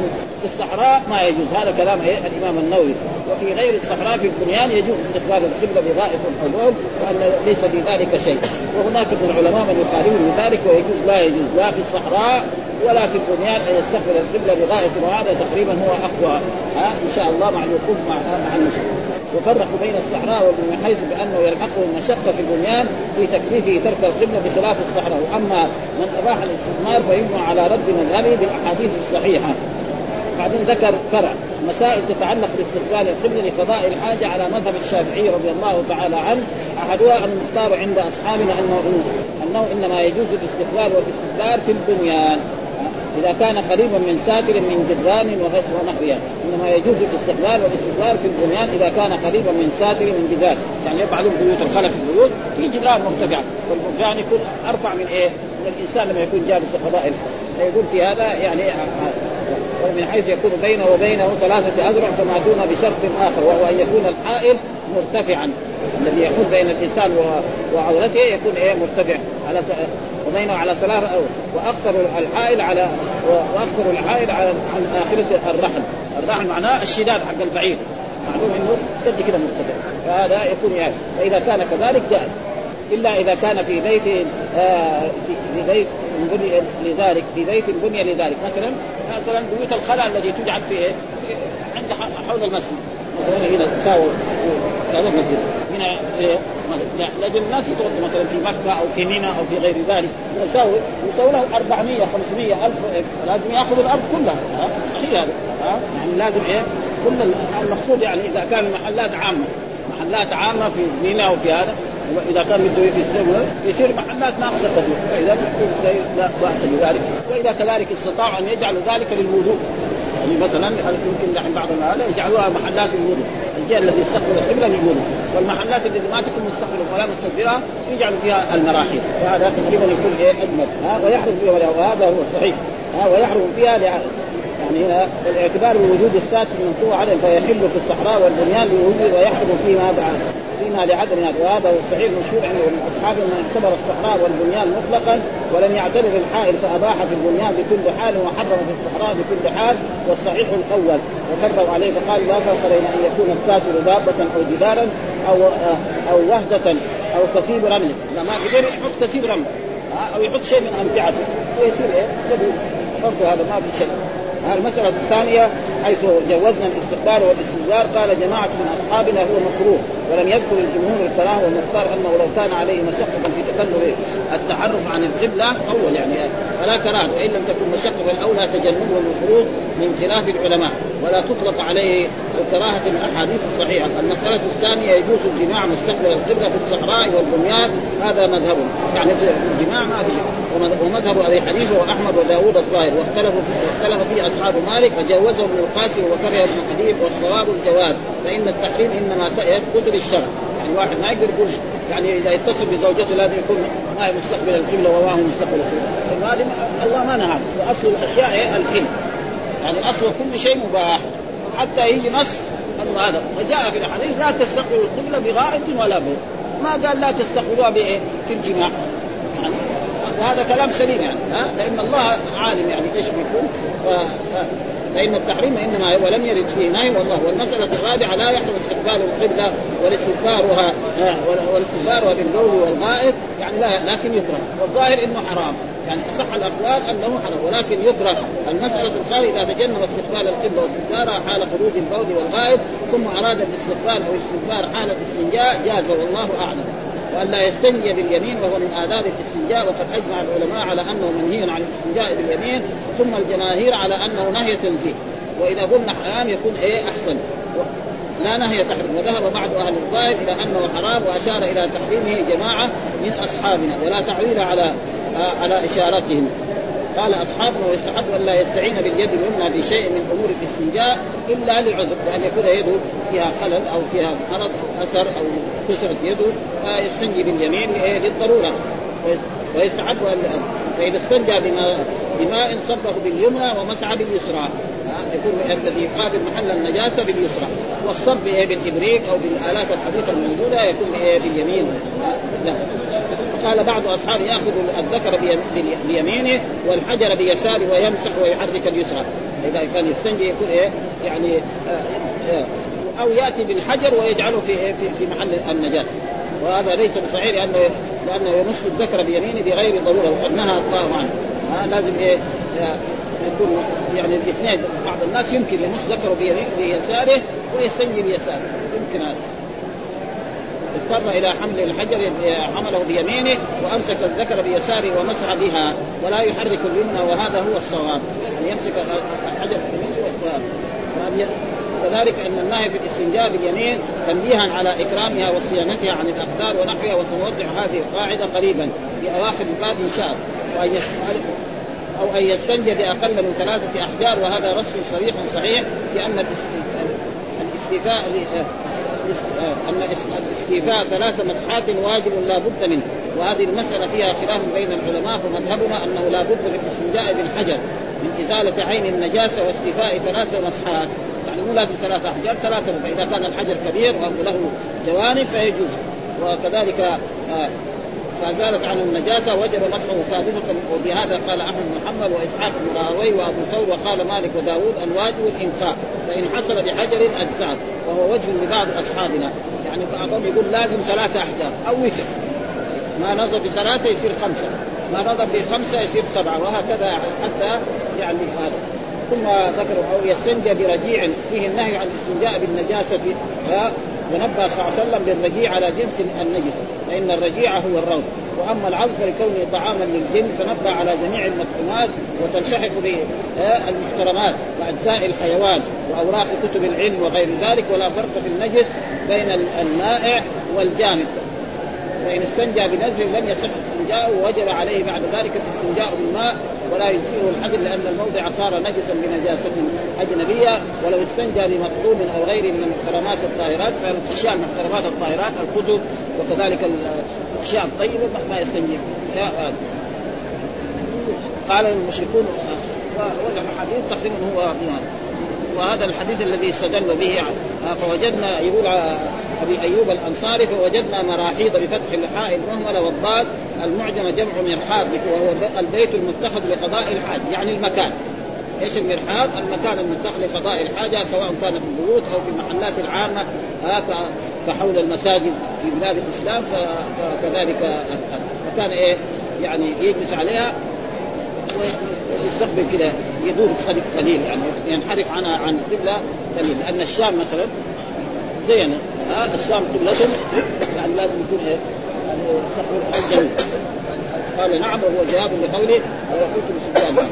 في الصحراء ما يجوز. هذا كلام الإمام النووي. وفي غير الصحراء في البنيان يجوز استقبال القبلة بغائط أو بول، وأن ليس في ذلك شيء. وهناك من العلماء من يخالفون ذلك ويجوز لا يجوز لا في الصحراء ولا في البنيان أن يستقبل القبلة بغائط، وهذا تقريبا هو أقوى إن شاء الله مع الوقوف مع المشي. وفرق بين الصحراء والبنيان حيث بأنه يلحقه المشقة في البنيان في تكليفه ترك القبلة بخلاف الصحراء. وأما من أباح الاستثمار فيبنى على رد مذهبه بالأحاديث الصحيحة. بعدين ذكر فرع مسائل تتعلق باستقبال القبلة لقضاء الحاجة على مذهب الشافعي رضي الله تعالى عنه. أحدها المختار عند أصحابنا أنه إنما يجوز الاستقبال والاستدبار في البنيان إذا كان قريبا من ساتر من جدران ونحوها. إنما يجوز الاستقبال والاستدبار في البنيان إذا كان قريبا من ساتر من جدران، يعني يفعلون بيوت الخلف البيوت في جدران مرتفعة، والبنيان يكون أرفع من من الإنسان لما يكون جالس قضاء. يقول في هذا يعني ومن حيث يكون بينه وبينه 3 أذرع فما دون بشرط آخر، وهو أن يكون الحائل مرتفعا. الذي يكون بين الإنسان وعورته يكون مرتفع على وبينه على 3 أو وأكثر الحائل على آخرة الرحل معناه الشداد حق البعير، معلوم إنه قد كده مرتفع، فهذا يكون يعني. فإذا كان كذلك جائز، إلا إذا كان في بيت في بيت بني لذلك، مثلا بيوت الخلاء التي تجعل في عند حول المسجد، مثلا هنا تساوي هذا المسجد هنا لازم الناس يتوضوا مثلا في مكة أو في منى أو في غير ذلك، يساوي له 400 500 ألف، لازم يأخذ الأرض كلها. صحيح هذا يعني لازم كل المقصود يعني إذا كان محلات عامة في منى وفي هذا، وإذا كان بده يصير محلات ناقصة كثير، فإذا لا بأس بذلك. وإذا كذلك استطاعوا أن يجعلوا ذلك للوضوء، يعني مثلا يمكن نحن بعض الأهل يجعلوها محلات الوضوء، الجهة الذي يستقبل القبلة للوضوء، والمحلات التي ما تكون مستقبلة ولا مستدبرة يجعلوا فيها المراحيض، وهذا تقريبا يكون أجمل ويحرم فيها، وهذا هو الصحيح ويحرم فيها يعني هنا الاعتبار بوجود الساتر من قوة عدم، فيحل في الصحراء والبنيان لوجود ويحرم فيما لعدم هذا. وهذا هو الصحيح المشهور عند أصحاب من اعتبر الصحراء والبنيان مطلقا ولم يعترض الحائل فأباح في البنيان بكل حال وحرم في الصحراء بكل حال، والصحيح الأول. وكرروا عليه فقال لا فرق بين أن يكون الساتر دابة أو جدارا أو وهدة أو كثيب رمل، ما قدر يحط كثيب رمل أو يحط شيء من أمتعته ويصير برضه هذا ما في شيء. المسألة الثانية حيث جوزنا الاستقبال والاستدبار قال جماعة من أصحابنا هو مكروه، ولم يذكر الجمهور الكراهة، والمختار أنه لو كان عليه مشقة في تكلف التعرف عن القبلة أول يعني فلا كراهة، وإن لم تكن مشقة فالأولى تجنبه المفروض من خلاف العلماء، ولا تطلق عليه الكراهة الأحاديث الصحيحة. المسألة الثانية يجوز الجماع مستقبل القبلة في الصحراء والبنيان، هذا مذهبه يعني في الجماع ما في، ومذهب أبي حنيفة وأحمد وداود الظاهر، واختلف فيه أصحاب مالك فجوزه ابن القاسم وكره ابن حبيب، والصواب الجواز، فإن التحريم إنما يثبت بالشرع، يعني واحد ما يقدر يقول يعني إذا يتصل بزوجته لازم يكون ما مستقبل القبلة وما هو مستقبل القبلة، هذا الله ما نهى. وأصل الأشياء الحل، يعني أصل كل شيء مباح حتى يجي نص أنه هذا، وجاء في الحديث لا تستقبلوا القبلة بغائط ولا بول، ما قال لا تستقبلوها في الجماع، يعني وهذا كلام سليم يعني لأن الله عالم يعني إيش بيكون، فإن التحريم إنما ولم يرد فيه نهي والله. والمسألة الرابعة لا يحرم استقبال القبلة والاستدبارها بالبول والغائط، يعني لا لكن يكره، والظاهر إنه حرام، يعني أصح الأقوال أنه حرام ولكن يكره. المسألة الخامسة إذا تجنب استقبال القبلة واستدبارها حال خروج البول والغائط ثم أراد الاستقبال أو الاستدبار حال الاستنجاء جاز والله أعلم. وأن لا يستنجي باليمين وهو من آداب الاستنجاء، وقد أجمع العلماء على أنه منهي عن الاستنجاء باليمين، ثم الجماهير على أنه نهي تنزيه، وإذا قلنا حرام يكون أحسن لا نهي تحريم. وذهب بعض أهل الظاهر إلى أنه حرام، وأشار إلى تحريمه جماعة من أصحابنا ولا تعويل على إشارتهم. قال أصحابنا ويستحب أن لا يستعين باليد اليمنى بشيء من أمور الاستنجاء إلا للعذر، وأن يكون يده فيها خلل أو فيها مرض أو أثر أو كسرت يده فيستنجي باليمين للضرورة. ويستحب فإذا استنجى بماء صبه باليمنى ومسح باليسرى، يكون الذي يقابل محل النجاسة باليسرى، والصب بالإبريق أو بالآلات الحديثة الموجودة يكون باليمين. لا. قال بعض أصحاب يأخذ الذكر بيمينه والحجر بيساره ويمسح ويحرك اليسرى، إذا كان يستنجي يكون إيه يعني أو يأتي بالحجر ويجعله في محل النجاسة، وهذا ليس بصحيح لأنه يمس الذكر بيمينه بغير ضرورة وقد نهى الله عنه. لازم إيه يكون يعني الاثنين. بعض الناس يمكن يمس ذكره بيساره ويستنجي بيساره، يمكن هذا. اضطر إلى حمل الحجر حمله بيمينه وأمسك الذكر بيساره ومسح بها ولا يحرك اليمنى، وهذا هو الصواب، يعني يمسك الحجر بيمينه. وكذلك أن النهي في الاستنجاء باليمين تنبيها على إكرامها وصيانتها عن الأقدار ونحوها، وسنوضح هذه القاعدة قريبا في أواخر الباب إن شاء الله. أو أن يستنجي بأقل من 3 أحجار، وهذا رسم صريح صحيح في أن الاستيفاء 3 مسحات واجب لا بد منه، وهذه المسألة فيها خلاف بين العلماء، فمذهبنا أنه لا بد من الاستنجاء بالحجر من إزالة عين النجاسة واستيفاء 3 مسحات، يعني مو لازم 3 أحجار 3، فإذا كان الحجر كبير أو له جوانب فيجوز. وكذلك فزالت عن النجاسة وجب مسحه ثابتة، وبهذا قال أحمد بن محمد وإسحاق بن راهويه وأبو ثور وقال مالك وداود الواجب الإنفاق، فإن حصل بحجر أجزاء، وهو وجه لبعض أصحابنا، يعني بعضهم يقول لازم 3 أحجار أو وتر، ما نظر ب3 يصير 5، ما نظر ب5 يصير 7، وهكذا حتى يعني هذا. ثم ذكروا أو يستنجى برجيع فيه النهي عن الاستنجاء بالنجاسة، ونبه صلى الله عليه وسلم بالرجيع على جنس النجس، فإن الرجيع هو الروث، وأما العظم فلكونه طعاما للجن، فنبه على جميع المطعومات وتلتحق بالمحترمات وأجزاء الحيوان وأوراق كتب العلم وغير ذلك، ولا فرق في النجس بين المائع والجامد. فإن استنجى بنزل لم يصح استنجاءه، ووجب عليه بعد ذلك الاستنجاء بالماء ولا يجزئه الحجر، لأن الموضع صار نجسا بنجاسة أجنبية. ولو استنجى بمطلوب أو غيره من المحترمات الطاهرات، فالأشياء المحترمات الطاهرات الكتب وكذلك الأشياء الطيبة ما يستنجي. قال المشركون، والحديث تقريبا هو بهذا، وهذا الحديث الذي استدل به فوجدنا يقول أبي أيوب الأنصاري فوجدنا مراحيض بفتح الحاء المهملة والضاد المعجمة جمع مرحاض، وهو البيت المتخذ لقضاء الحاج، يعني المكان. ايش المرحاض؟ المكان المتخذ لقضاء الحاجة، سواء كان في البيوت أو في المحلات العامة كحول المساجد في بلاد الإسلام، فكذلك مكان إيه يعني يجلس عليها ويستقبل كده، يدور قليل يعني ينحرف عنها عن القبلة قليل، لأن الشام مثلا زينا الشام قبلتهم يعني لازم يكون إيه يعني يستقبل الجنوب. قال نعم، وهو جواب لقوله وقلت لسفيان.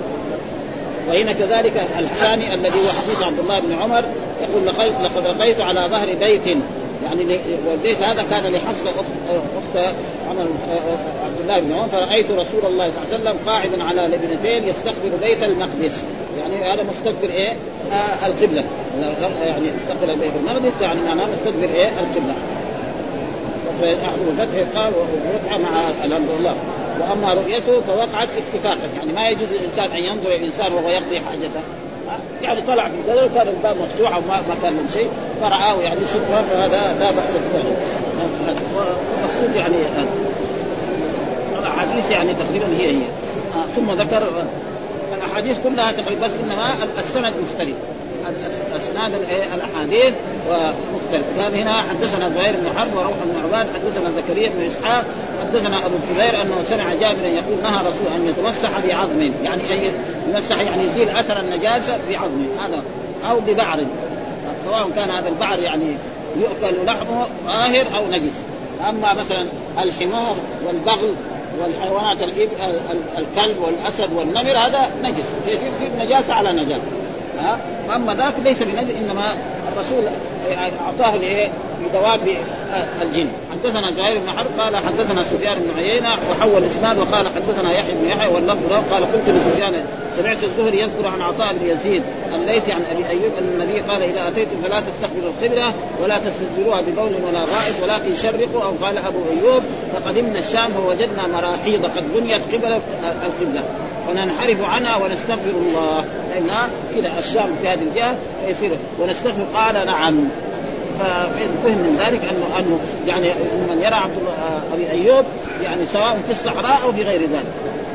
وهنا كذلك الثاني الذي هو حديث عبد الله بن عمر يقول لقد لقيت على ظهر بيت، يعني والبيت هذا كان لحفصة أخت عبد الله بن عمر، فرأيت رسول الله صلى الله عليه وسلم قاعدا على لبنتين يستقبل بيت المقدس، يعني هذا مستقبل إيه القبلة، يعني يستقبل بيت المقدس يعني معناه مستقبل إيه القبلة. فأحضر الفتح قال ورفع مع الحمد لله. وأما رؤيته فوقعت اتفاقا، يعني ما يجوز الإنسان أن ينظر الإنسان وهو يقضي حاجته، يعني طلع في الجدل وكان الباب مفتوح وما كان من شيء فرآه يعني شكرا، فهذا لا بأس به. والمقصود يعني الأحاديث يعني تقريبا هي ثم ذكر الأحاديث كلها تقريبا، بس إنما السند مختلف، أسناد الأحاديث ومختلف. قال هنا حدثنا زهير بن حرب وروح بن عباد حدثنا زكريا بن إسحاق حدثنا أبو الزبير أنه سمع جابرا يقول نهى رسول أن يتمسح بعظم، يعني يمسح يعني يزيل أثر النجاسة بعظم هذا أو ببعر، سواء كان هذا البعر يعني يؤكل لحمه طاهر أو نجس. أما مثلا الحمار والبغل والحيوانات الكلب والأسد والنمر هذا نجس، في نجاسة على نجاسة. أما ذاك ليس بنجس، إنما الرسول أعطاه لدواب الجن. حدثنا زهير بن حرب قال حدثنا سفيان بن عيينة وحول الإسناد وقال حدثنا يحيى بن يحيى واللفظ قال قلت لسفيان سمعت الزهري يذكر عن عطاء بن يزيد الليثي عن أبي أيوب أن النبي قال إذا أتيتم فلا تستقبلوا القبلة ولا تستدبروها ببول ولا غائط ولكن شرقوا، أو قال أبو أيوب فقدمنا الشام فوجدنا مراحيض قد بنيت قبل القبلة فننحرف عنها ونستغفر الله، لأنها كده الشام في هذه الجهة فيصير ونستغفر. قال نعم. ففهم من ذلك أنه يعني من يرى أبي أيوب يعني سواء في الصحراء أو في غير ذلك،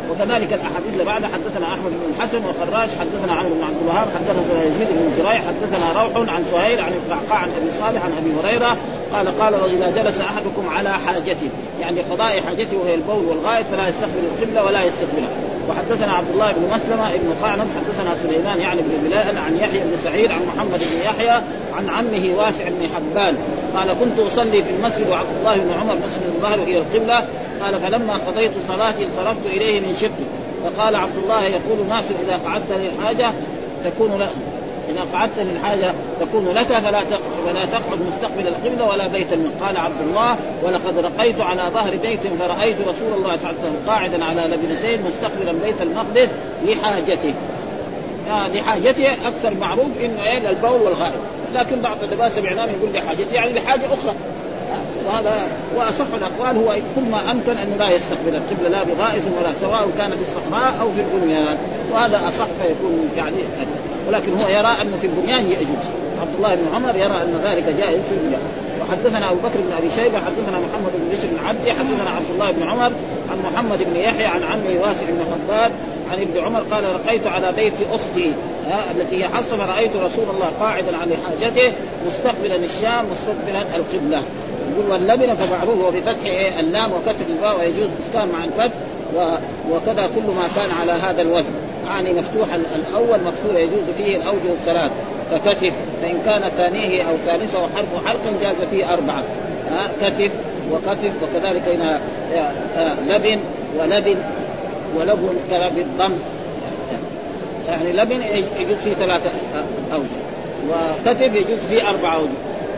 وكذلك الاحاديث اللي بعدها حدثنا احمد بن الحسن وخراش حدثنا عمرو بن عبد الوهاب حدثنا يزيد بن زريع حدثنا روح عن سهيل عن القعقاع عن ابي صالح عن ابي هريره قال اذا جلس احدكم على حاجته يعني قضاء حاجته وهي البول والغائط فلا يستقبل القبلة ولا يستقبلها. وحدثنا عبد الله بن مسلمة ابن قعنب حدثنا سليمان يعني بن بلال عن يحيى بن سعيد عن محمد بن يحيى عن عمه واسع بن حبان قال كنت أصلي في المسجد وعبد الله بن عمر مسجد الظهر إلى القبلة قال فلما قضيت صلاتي انصرفت إليه من شقي فقال عبد الله يقول ناس إذا قعدت للحاجة تكون لك إذا قعدت للحاجة تكون لك فلا تقعد مستقبل القبلة ولا بيت المقدس. قال عبد الله ولقد رقيت على ظهر بيت فرأيت رسول الله صلى الله عليه وسلم قاعدا على لبنتين مستقبلا بيت المقدس لحاجته. لحاجته أكثر معروف إنه البول والغائط لكن بعض الناس سمعناه يقول لحاجته يعني لحاجة أخرى وهذا وأصح الأقوال هو كل ما أمكن أنه لا يستقبل القبلة لا بغائط ولا سواء كان في الصحراء أو في البنيان وهذا أصح فيكون يعني ولكن هو يرى أنه في البنيان يجوز. عبد الله بن عمر يرى أن ذلك جائز في البنيان. وحدثنا أبو بكر بن أبي شيبة حدثنا محمد بن بشر بن عبدي حدثنا عبد الله بن عمر عن محمد بن يحيى عن عمه واسع بن حبان عن ابن عمر قال رقيت على بيت أختي التي هي حفصة فرأيت رسول الله قاعدا على حاجته مستقبلا الشام مستقبلا القبلة. يقول واللبن فمعروف بفتح اللام وكسر الباء ويجوز الإسكان مع الفتح وكذا كل ما كان على هذا الوزن يعني مفتوح الأول مكسور يجوز فيه الأوجه الثلاث فكتف فإن كان ثانيه أو ثالثه وحرف حلق جاز فيه 4 كتف وكتف وكذلك هنا لبن ولبن ولبن كذا بالضم يعني لبن يجوز فيه 3 أوجه وكتف يجوز فيه 4 أوجه.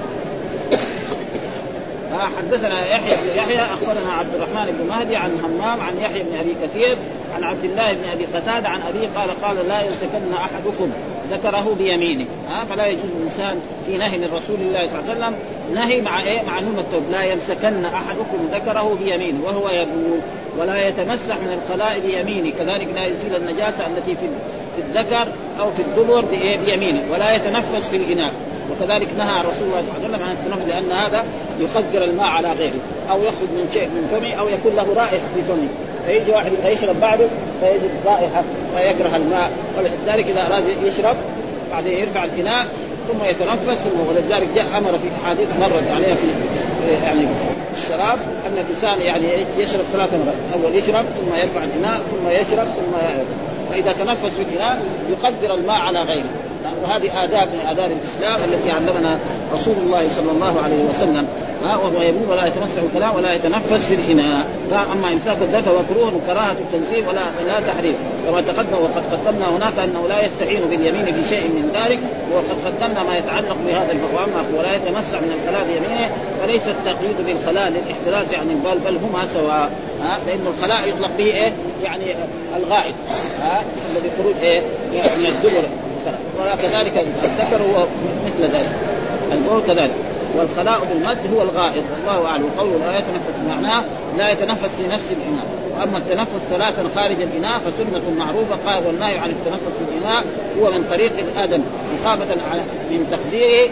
حدثنا يحيى بن يحيى أخبرنا عبد الرحمن بن مهدي عن همام عن يحيى بن أبي كثير عن عبد الله بن أبي قتادة عن أبيه قال لا يمسكن أحدكم ذكره بيمينه فلا يجوز الإنسان في نهي من رسول الله صلى الله عليه وسلم نهي مع نون التوبة لا يمسكن أحدكم ذكره بيمينه وهو يقول ولا يتمسح من الخلاء بيمينه كذلك لا يزيل النجاسة التي في الذكر أو في الدبر بيمينه ولا يتنفس في الإناء. وكذلك نهى رسول الله صلى الله عليه وسلم عن التنفس لأن هذا يقدر الماء على غيره أو يخرج من شيء من فمه أو يكون له رائحة في فمه فيجي واحد يشرب بعده فيجد رائحة فيكره الماء ولذلك إذا أراد يشرب بعدين يرفع الإناء ثم يتنفس ولذلك جاء أمر في حديث مرت عليها في يعني الشراب أن الإنسان يعني يشرب 3 مرات أول يشرب ثم يرفع الإناء ثم يشرب ثم فإذا تنفس في الإناء يقدر الماء على غيره. وهذه آداب من آداب الإسلام التي علمنا رسول الله صلى الله عليه وسلم وهو يقول ولا يتمسح الكلام ولا يتنفس في الإناء. أما إمساك الذات ومكروه كراهة التنزيل ولا تحريم كما تقدم وقد قدمنا هناك أنه لا يستعين باليمين في شيء من ذلك وقد قدمنا ما يتعلق بهذا الفقوام ولا يتمسح من الخلاء بيمينه فليس التقييد بالخلاء للاحتراز عن البال بل هما سواء لأن الخلاء يطلق به يعني الغائط الذي خروج من الدبر وكذلك الذكر هو مثل ذلك البول كذلك والخلاء بالمد هو الغائط والله أعلم. قول لا يتنفس معناه لا يتنفس في نفس الإناء وأما التنفس 3 خارج الإناء فسنة معروفة قال والنهي عن التنفس في الإناء هو من طريق الآدم مخافة من تخديره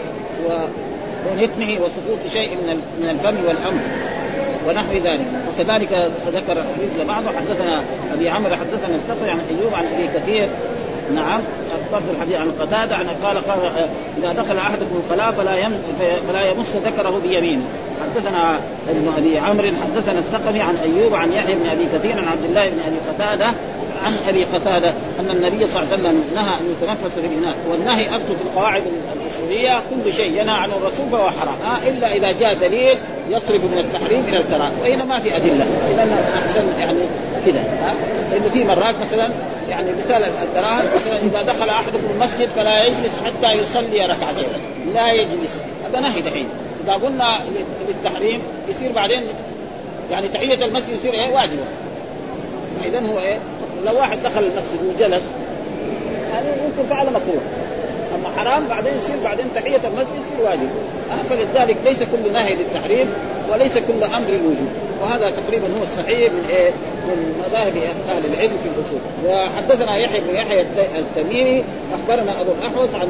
ونتمه وسقوط شيء من الفم والأنف ونحو ذلك. وكذلك ذكر مثل بعضه حدثنا أبي عمرو حدثنا الثقفي عن أيوب عن أبي كثير نعم أكثر الحديث عن قتادة عن قال إذا دخل أحدكم الخلاء فلا يمس ذكره بيمينه. حدثنا ابن أبي عمرو حدثنا الثقفي عن أيوب عن يحيى بن أبي كثير عن عبد الله بن أبي قتادة عن أبي قتادة أن النبي صلى الله عليه وسلم نهى أن يتنفس في الإناء والنهي أصل في القواعد الأصولية كل شيء ينهى عنه الرسول فهو حرام إلا إذا جاء دليل يصرف من التحريم إلى الكراهة وهنا ما في أدلة إذا أحسن يعني كده لأنه في مرات مثلا يعني مثال الكراهة مثلا إذا دخل أحدكم المسجد فلا يجلس حتى يصلي ركعتين لا يجلس هذا نهي دحين. إذا قلنا للتحريم يصير بعدين يعني تحية المسجد يصير واجبة إذن هو لو واحد دخل المسجد وجلس يعني ممكن فعل مكروه أما حرام بعدين يصير بعدين تحية المسجد يصير واجب فلذلك ليس كل نهي للتحريم وليس كل أمر الوجوب وهذا تقريبا هو الصحيح من مذاهب أهل العلم في الأصول. وحدثنا يحيى بن يحيى التميمي أخبرنا أبو الأحوص عن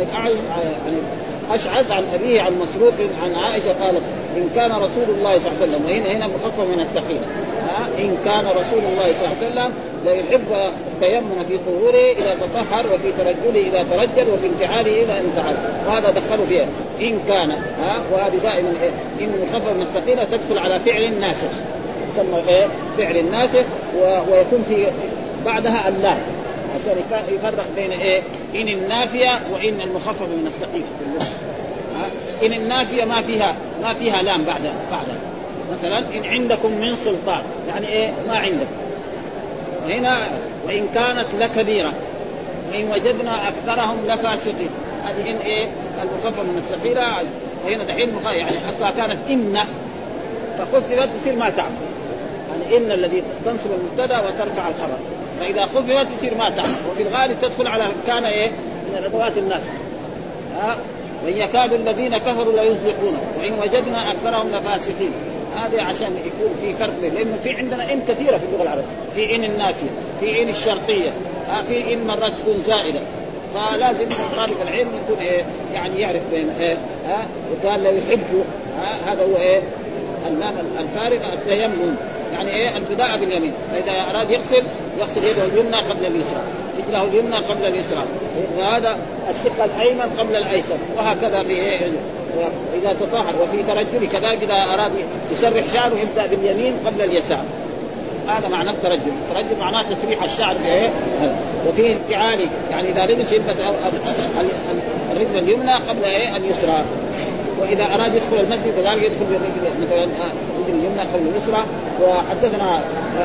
أشعث عن أبيه عن مسروق عن عائشة قالت إن كان رسول الله صلى الله عليه وسلم وهنا مخفف من الثقيل إن كان رسول الله صلى الله عليه وسلم لا يحب التيمم في طهوره إذا تطهر وفي ترجله إذا ترجل وفي انتعاله إذا انتعل، وهذا دخلوا فيها إن كان وهذه دائما إن مخفف من الثقيلة تدخل على فعل ناسخ يسمى فعل الناسخ ويكون في بعدها اللام عشان يفرق بين إن النافية وإن المخفف من الثقيلة. إن النافية ما فيها لام بعدها. مثلا إن عندكم من سلطان يعني ما عندك. هنا وإن كانت لكبيرة وإن وجدنا أكثرهم لفاسقين، هذه إن المخفف من الثقيلة. وهنا دحين يعني أصلا كانت إن فخففت تصير ما تعمل، يعني إن الذي تنصب المبتدا وترفع الخبر، فإذا خففت تصير ما تعمل. وفي الغالب تدخل على كان من الأدوات الناس. وإن يكاد الذين كفروا لا يزلقونه وإن وجدنا أكثرهم لفاسقين. هذا عشان يكون في فرق لأنه في عندنا إن كثيرة في اللغة العربية، في إن النافية، في إن الشرطية، في إن مرات تكون زائدة، فلازم طالب العلم يكون يعني يعرف بين وقال لا يحب هذا هو اللام الفارق التيمم يعني البداء باليمين، فإذا أراد يغسل يده اليمنى قبل اليسرى، رجله اليمنى قبل اليسرى، وهذا الشق الأيمن قبل الأيسر، وهكذا في إذا تطهر. وفي ترجل كذلك إذا أراد يسرح شعره يبدأ باليمين قبل اليسار، هذا معنى الترجل. الترجل معناه تسريح الشعر في وفي انتعاله يعني إذا لبس يلبس الرجل اليمنى قبل اليسرى. وإذا أراد يدخل المسجد كذلك يدخل بالرجل مثلا الرجل اليمنى قبل اليسرى. وحدثنا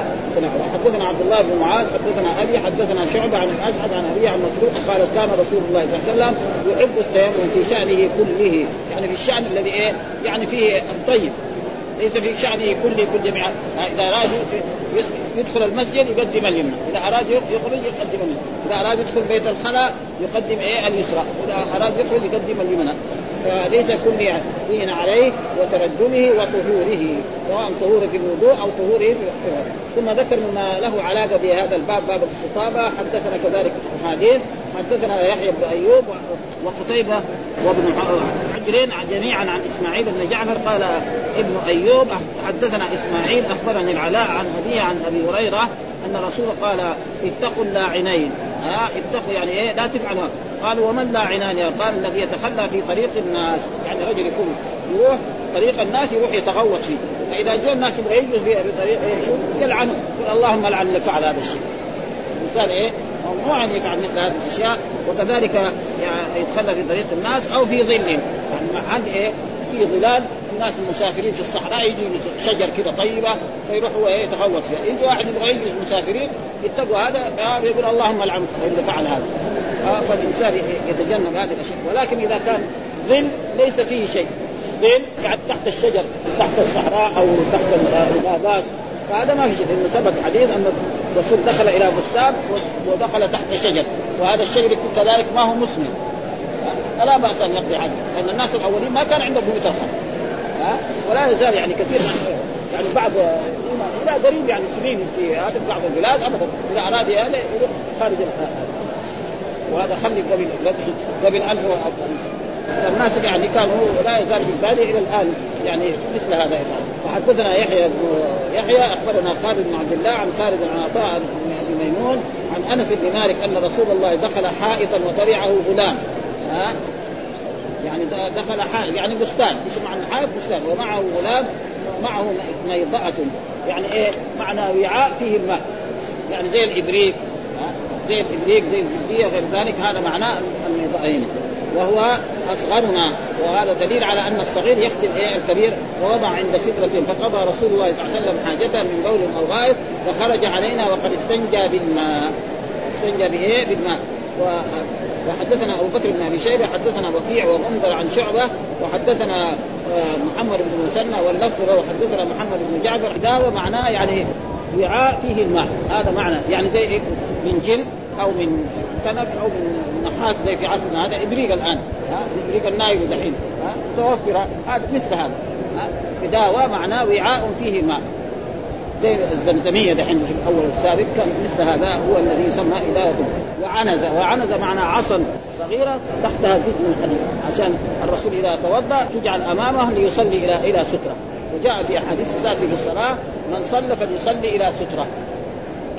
عبد الله بن معاذ حدثنا أبي حدثنا شعبة عن الأسعد عن أبي عن مسروق قال كان رسول الله صلى الله عليه وسلم يحب التيمم في شأنه كله، يعني في الشأن الذي يعني فيه الطيب، ليس في شأنه كله كل جميع. إذا أراد يدخل المسجد يقدم اليمنى، إذا أراد يخرج يقدم اليمنى، إذا أراد يدخل بيت الخلاء يقدم اليسرى، إذا أراد يخرج يقدم اليمنى. فليس كل دين عليه وترجله وطهوره، سواء طهوره في الوضوء أو طهوره في الاحتمال. ثم ذكر ما له علاقة بهذا الباب باب الاستطابة. حدثنا كذلك حديث حدثنا يحيى بن أيوب وقتيبة وابن حجر جميعا عن إسماعيل بن جعفر قال ابن أيوب حدثنا إسماعيل أخبرني العلاء عن أبي عن أبي هريرة أن الرسول قال اتقوا اللاعنين. اتقوا يعني لا تفعلوا. قالوا ومن لاعنان؟ قال الذي يتخلى في طريق الناس، يعني رجل يكون يروح طريق الناس يروح يتغوط فيه، فإذا جاء الناس يبغى يجلس بطريق يلعنه، يقول اللهم لعن اللي فعل هذا الشيء. الإنسان ممنوع أن يفعل مثل هذه الأشياء. وكذلك يعني يتخلى في طريق الناس أو في ظل، يعني عند في ظلال الناس المسافرين في الصحراء يجي شجر كده طيبة فيروح هو يتغوط فيها، يجي واحد يبغى يجلس مسافرين يتقوا هذا يقول اللهم لعن اللي فعل هذا. فالإنسان يتجنب هذه الأشياء. ولكن إذا كان ظل ليس فيه شيء، ظل يعني تحت الشجر تحت الصحراء أو تحت الغابات، فهذا ما في شيء. لأنه ثبت حديث أن الرسول دخل إلى بستان ودخل تحت شجر، وهذا الشجر كذلك ما هو مسلم، فلا بأس أن يقضي حد، لأن الناس الأولين ما كان عندهم بيوت الخمر، ولا يزال يعني كثير يعني بعض إلى قريب يعني سنين في هذا بعض البلاد أبدا إذا أراد هذا يروح خارج وهذا خلي قبل 1000 الناس يعني كانوا لا يزال في بالي إلى الآن يعني مثل هذا يفعل. وحدثنا يحيى أخبرنا خالد بن عبد الله عن خالد بن عطاء بن ميمون عن أنس بن مالك أن رسول الله دخل حائطا وتبعه غلام، يعني دخل حائط يعني بستان، ايش معنى حائط؟ بستان، ومعه غلام معه ميضأة، يعني معنى وعاء فيه الماء، يعني زي الإبريق زي الزبدية غير ذلك، هذا معناه الميضأين. وهو أصغرنا، وهذا دليل على أن الصغير يخدم الكبير. ووضع عند سدرة فقضى رسول الله صلى الله عليه وسلم حاجته من بول أو غائط فخرج علينا وقد استنجى بالماء. بالماء. وحدثنا أبو بكر بن أبي شيبة حدثنا وكيع وغندر عن شعبة وحدثنا محمد بن مثنى واللفظ وحدثنا محمد بن جعفر. داوى معناه يعني وعاء فيه الماء، هذا معنى يعني زي من جلد أو من كنب أو من نحاس زي في عصرنا هذا إبريق الآن، إبريق النايل دحين متوفرة، هذا مثل هذا داوى معناه وعاء فيه ماء زي الزمزمية دحين في الأول السابق كان مثل هذا هو الذي يسمى إداوة. وعنزة معنى عصا صغيرة تحتها زيت من الحديد، عشان الرسول إذا توضأ تجعل أمامه ليصلي إلى سترة. وجاء في أحاديث الذات في الصلاة من صلى فليصلي إلى سترة،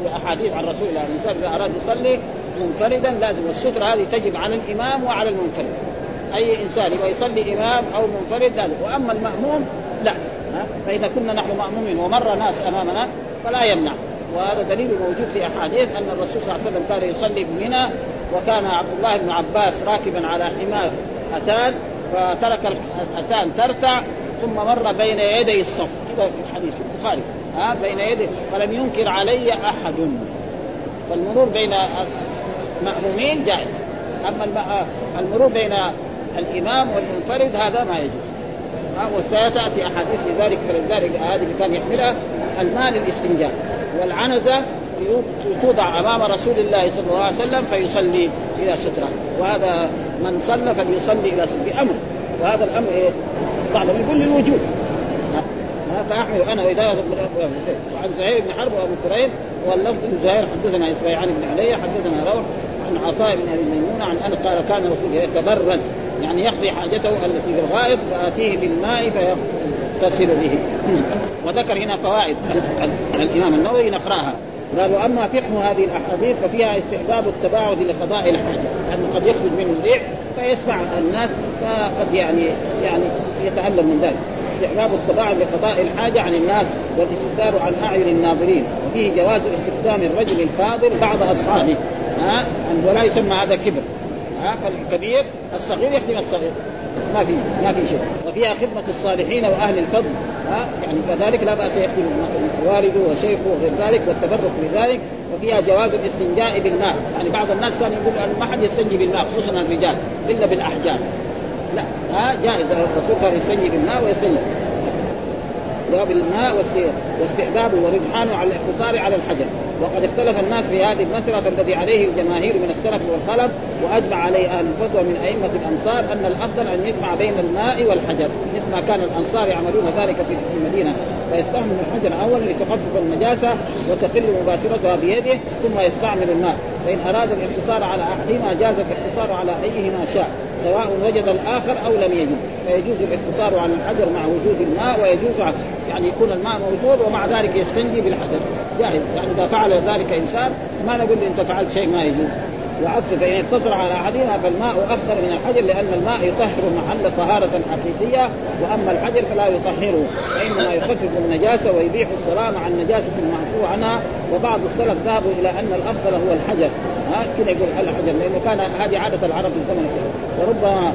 احاديث عن رسول الله الانسان اذا اراد يصلي منفردا لازم الستره هذه تجب على الامام وعلى المنفرد. اي انسان يبغى يصلي امام او منفرد لازم، واما المأموم لا. فاذا كنا نحن مأمومين ومر ناس امامنا فلا يمنع. وهذا دليل موجود في احاديث ان الرسول صلى الله عليه وسلم كان يصلي بمنى، وكان عبد الله بن عباس راكبا على حمار اتان، فترك الاتان ترتع ثم مر بين يدي الصف كذا في الحديث في البخاري بين يدي فلم ينكر علي احد. فالمرور بين مأمومين جائز، اما المرور بين الامام والمنفرد هذا ما يجوز. وسيأتي احاديث في ذلك. فلذلك هذه كان يحملها الماء للاستنجاء، والعنزة توضع أمام رسول الله صلى الله عليه وسلم فيصلي إلى سترة. وهذا من صلى فليصلي إلى سترة بأمر، وهذا الأمر بعضهم يقول للوجود. فأحمل أنا وإذا وعن زهير بن حرب وأبو كريم واللفظ زهير حدثنا إسماعيل بن علي حدثنا روح عن عطاء بن أبي ميمونة عن أنس قال كان رسول يتبرز يعني يقضي حاجته التي في الغائط فآتيه بالماء فيغتسل به. وذكر هنا فوائد الإمام النووي نقرأها. قالوا أما فقه هذه الأحاديث ففيها استحباب التباعد لقضاء الحاجة، لأنه قد يخرج منه الريح فيسمع الناس فقد يعني يتعلم من ذلك. استحباب التباعد لقضاء الحاجة عن الناس والاستثار عن أعين الناظرين، وفيه جواز استخدام الرجل الفاضل بعض أصحابه ولا يسمى هذا كبر. فالكبير الصغير يخدم الصغير ما في شيء. وفيها خدمة الصالحين وأهل الفضل يعني كذلك لا بأس يخدم مثلا والده وشيخه وغير ذلك والتبرك بذلك. وفيها جواز الاستنجاء بالماء، يعني بعض الناس كانوا يقول أن ما حد يستنجي بالماء خصوصا الرجال إلا بالأحجار، لا جائز. الرسول كان يستنجي بالماء ويستنجي بالماء واستحبابه ورجحانه على الاقتصار على الحجر. وقد اختلف الناس في هذه المسألة الذي عليه الجماهير من السلف والخلف، وأجمع عليه أهل الفتوى من أئمة الأمصار أن الأفضل أن يجمع بين الماء والحجر، مثل ما كان الأنصار يعملون ذلك في المدينة، فيستعمل الحجر أول لتخفف النجاسة وتقل مباشرتها بيده ثم يستعمل الماء. فإن أراد الاقتصار على أحدهما جاز الاقتصار على أيهما شاء سواء وجد الآخر أو لم يجد، فيجوز الاقتصار عن الحجر مع وجود الماء، ويجوز عكس يعني يكون الماء موجود ومع ذلك يستنجي بالحجر جاهز. يعني إذا فعل ذلك إنسان ما نقول أنت فعلت شيء ما يجوز. وعكس فإن اقتصر على أحدهما فالماء أفضل من الحجر، لأن الماء يطهر محل طهارة حقيقية، وأما الحجر فلا يطهره فإنما يخفف النجاسة ويبيح الصلاة عن النجاسة المعفو عنها. وبعض السلف ذهبوا إلى أن الأفضل هو الحجر كنا يقول الحجر لأنه كان هذه عادة العرب في الزمن السابق، وربما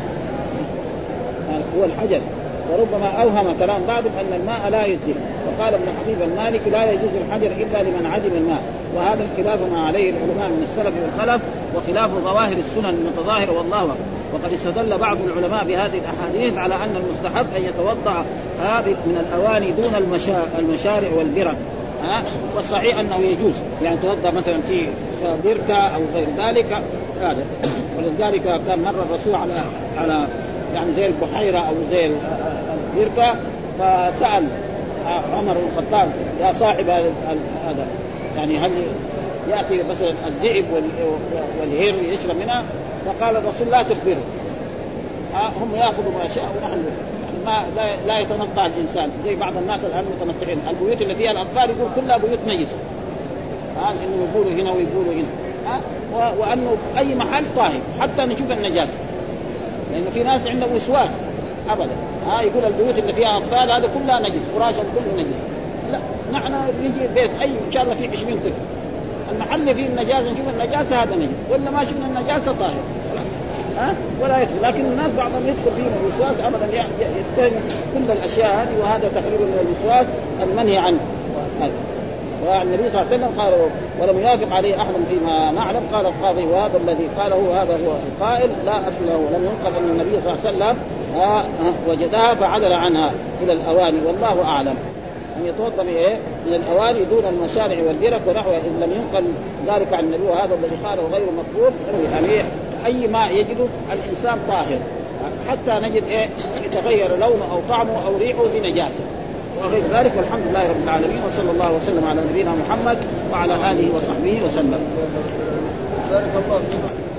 هو الحجر. وربما أوهم كلام بعضهم أن الماء لا يجزي، وقال ابن حبيب المالكي لا يجوز الحجر إلا لمن عدم الماء، وهذا الخلاف ما عليه العلماء من السلف والخلف، وخلاف ظواهر السنن المتظاهرة والله أكبر. وقد استدل بعض العلماء بهذه الأحاديث على أن المستحب أن يتوضأ من الأواني دون المشارع والبرك والصحيح أنه يجوز يعني توضأ مثلا في بركة أو غير ذلك هذا. ولذلك كان مر الرسول على يعني زي البحيرة أو زي البركة، فسأل عمر بن الخطاب يا صاحب هذا يعني هل يأتي مثلا الذئب والهير يشرب منها؟ فقال الرسول لا تخبره، هم يأخذوا ما شاء ونحن ما لا يتنطع الإنسان زي بعض الناس الآن متنطعين. البيوت اللي فيها الأطفال يقول كلها بيوت نجسة، إنه يقولوا هنا ويقولوا هنا وأنه أي محل طاهر حتى نشوف النجاسة، لأنه في ناس عنده وسواس أبدا يقول البيوت اللي فيها أطفال هذا كلها نجس، فراشهم كله نجس. لا، نحن نجي بيت أي إن شاء الله فيه 20 طفل، المحل فيه النجاسة نشوف النجاسة هذا نجس، ولا ما شفنا النجاسة طاهر خلاص ولا يدخل. لكن الناس بعضهم يدخل فيهم الوسواس أبدا يتهم كل الأشياء هذه، وهذا تقريبا من الوسواس المنهي عنه. والنبي صلى الله عليه وسلم قال ولم يوافق عليه أحد فيما نعلم. قال القاضي وهذا الذي قاله هذا هو القائل لا أصل له، لم ينقل أن النبي صلى الله عليه وسلم وجدها فعدل عنها إلى الأواني، والله أعلم. أن يتوضأ من الأواني دون المشارع والبرك ونحوه، إن لم ينقل ذلك عن النبي، وهذا الذي قاله غير مقبول. يعني أي ماء يجده الإنسان طاهر حتى نجد يتغير لونه أو طعمه أو ريحه بنجاسة وغير ذلك. والحمد لله رب العالمين، وصلى الله وسلم على نبينا محمد وعلى آله وصحبه وسلم.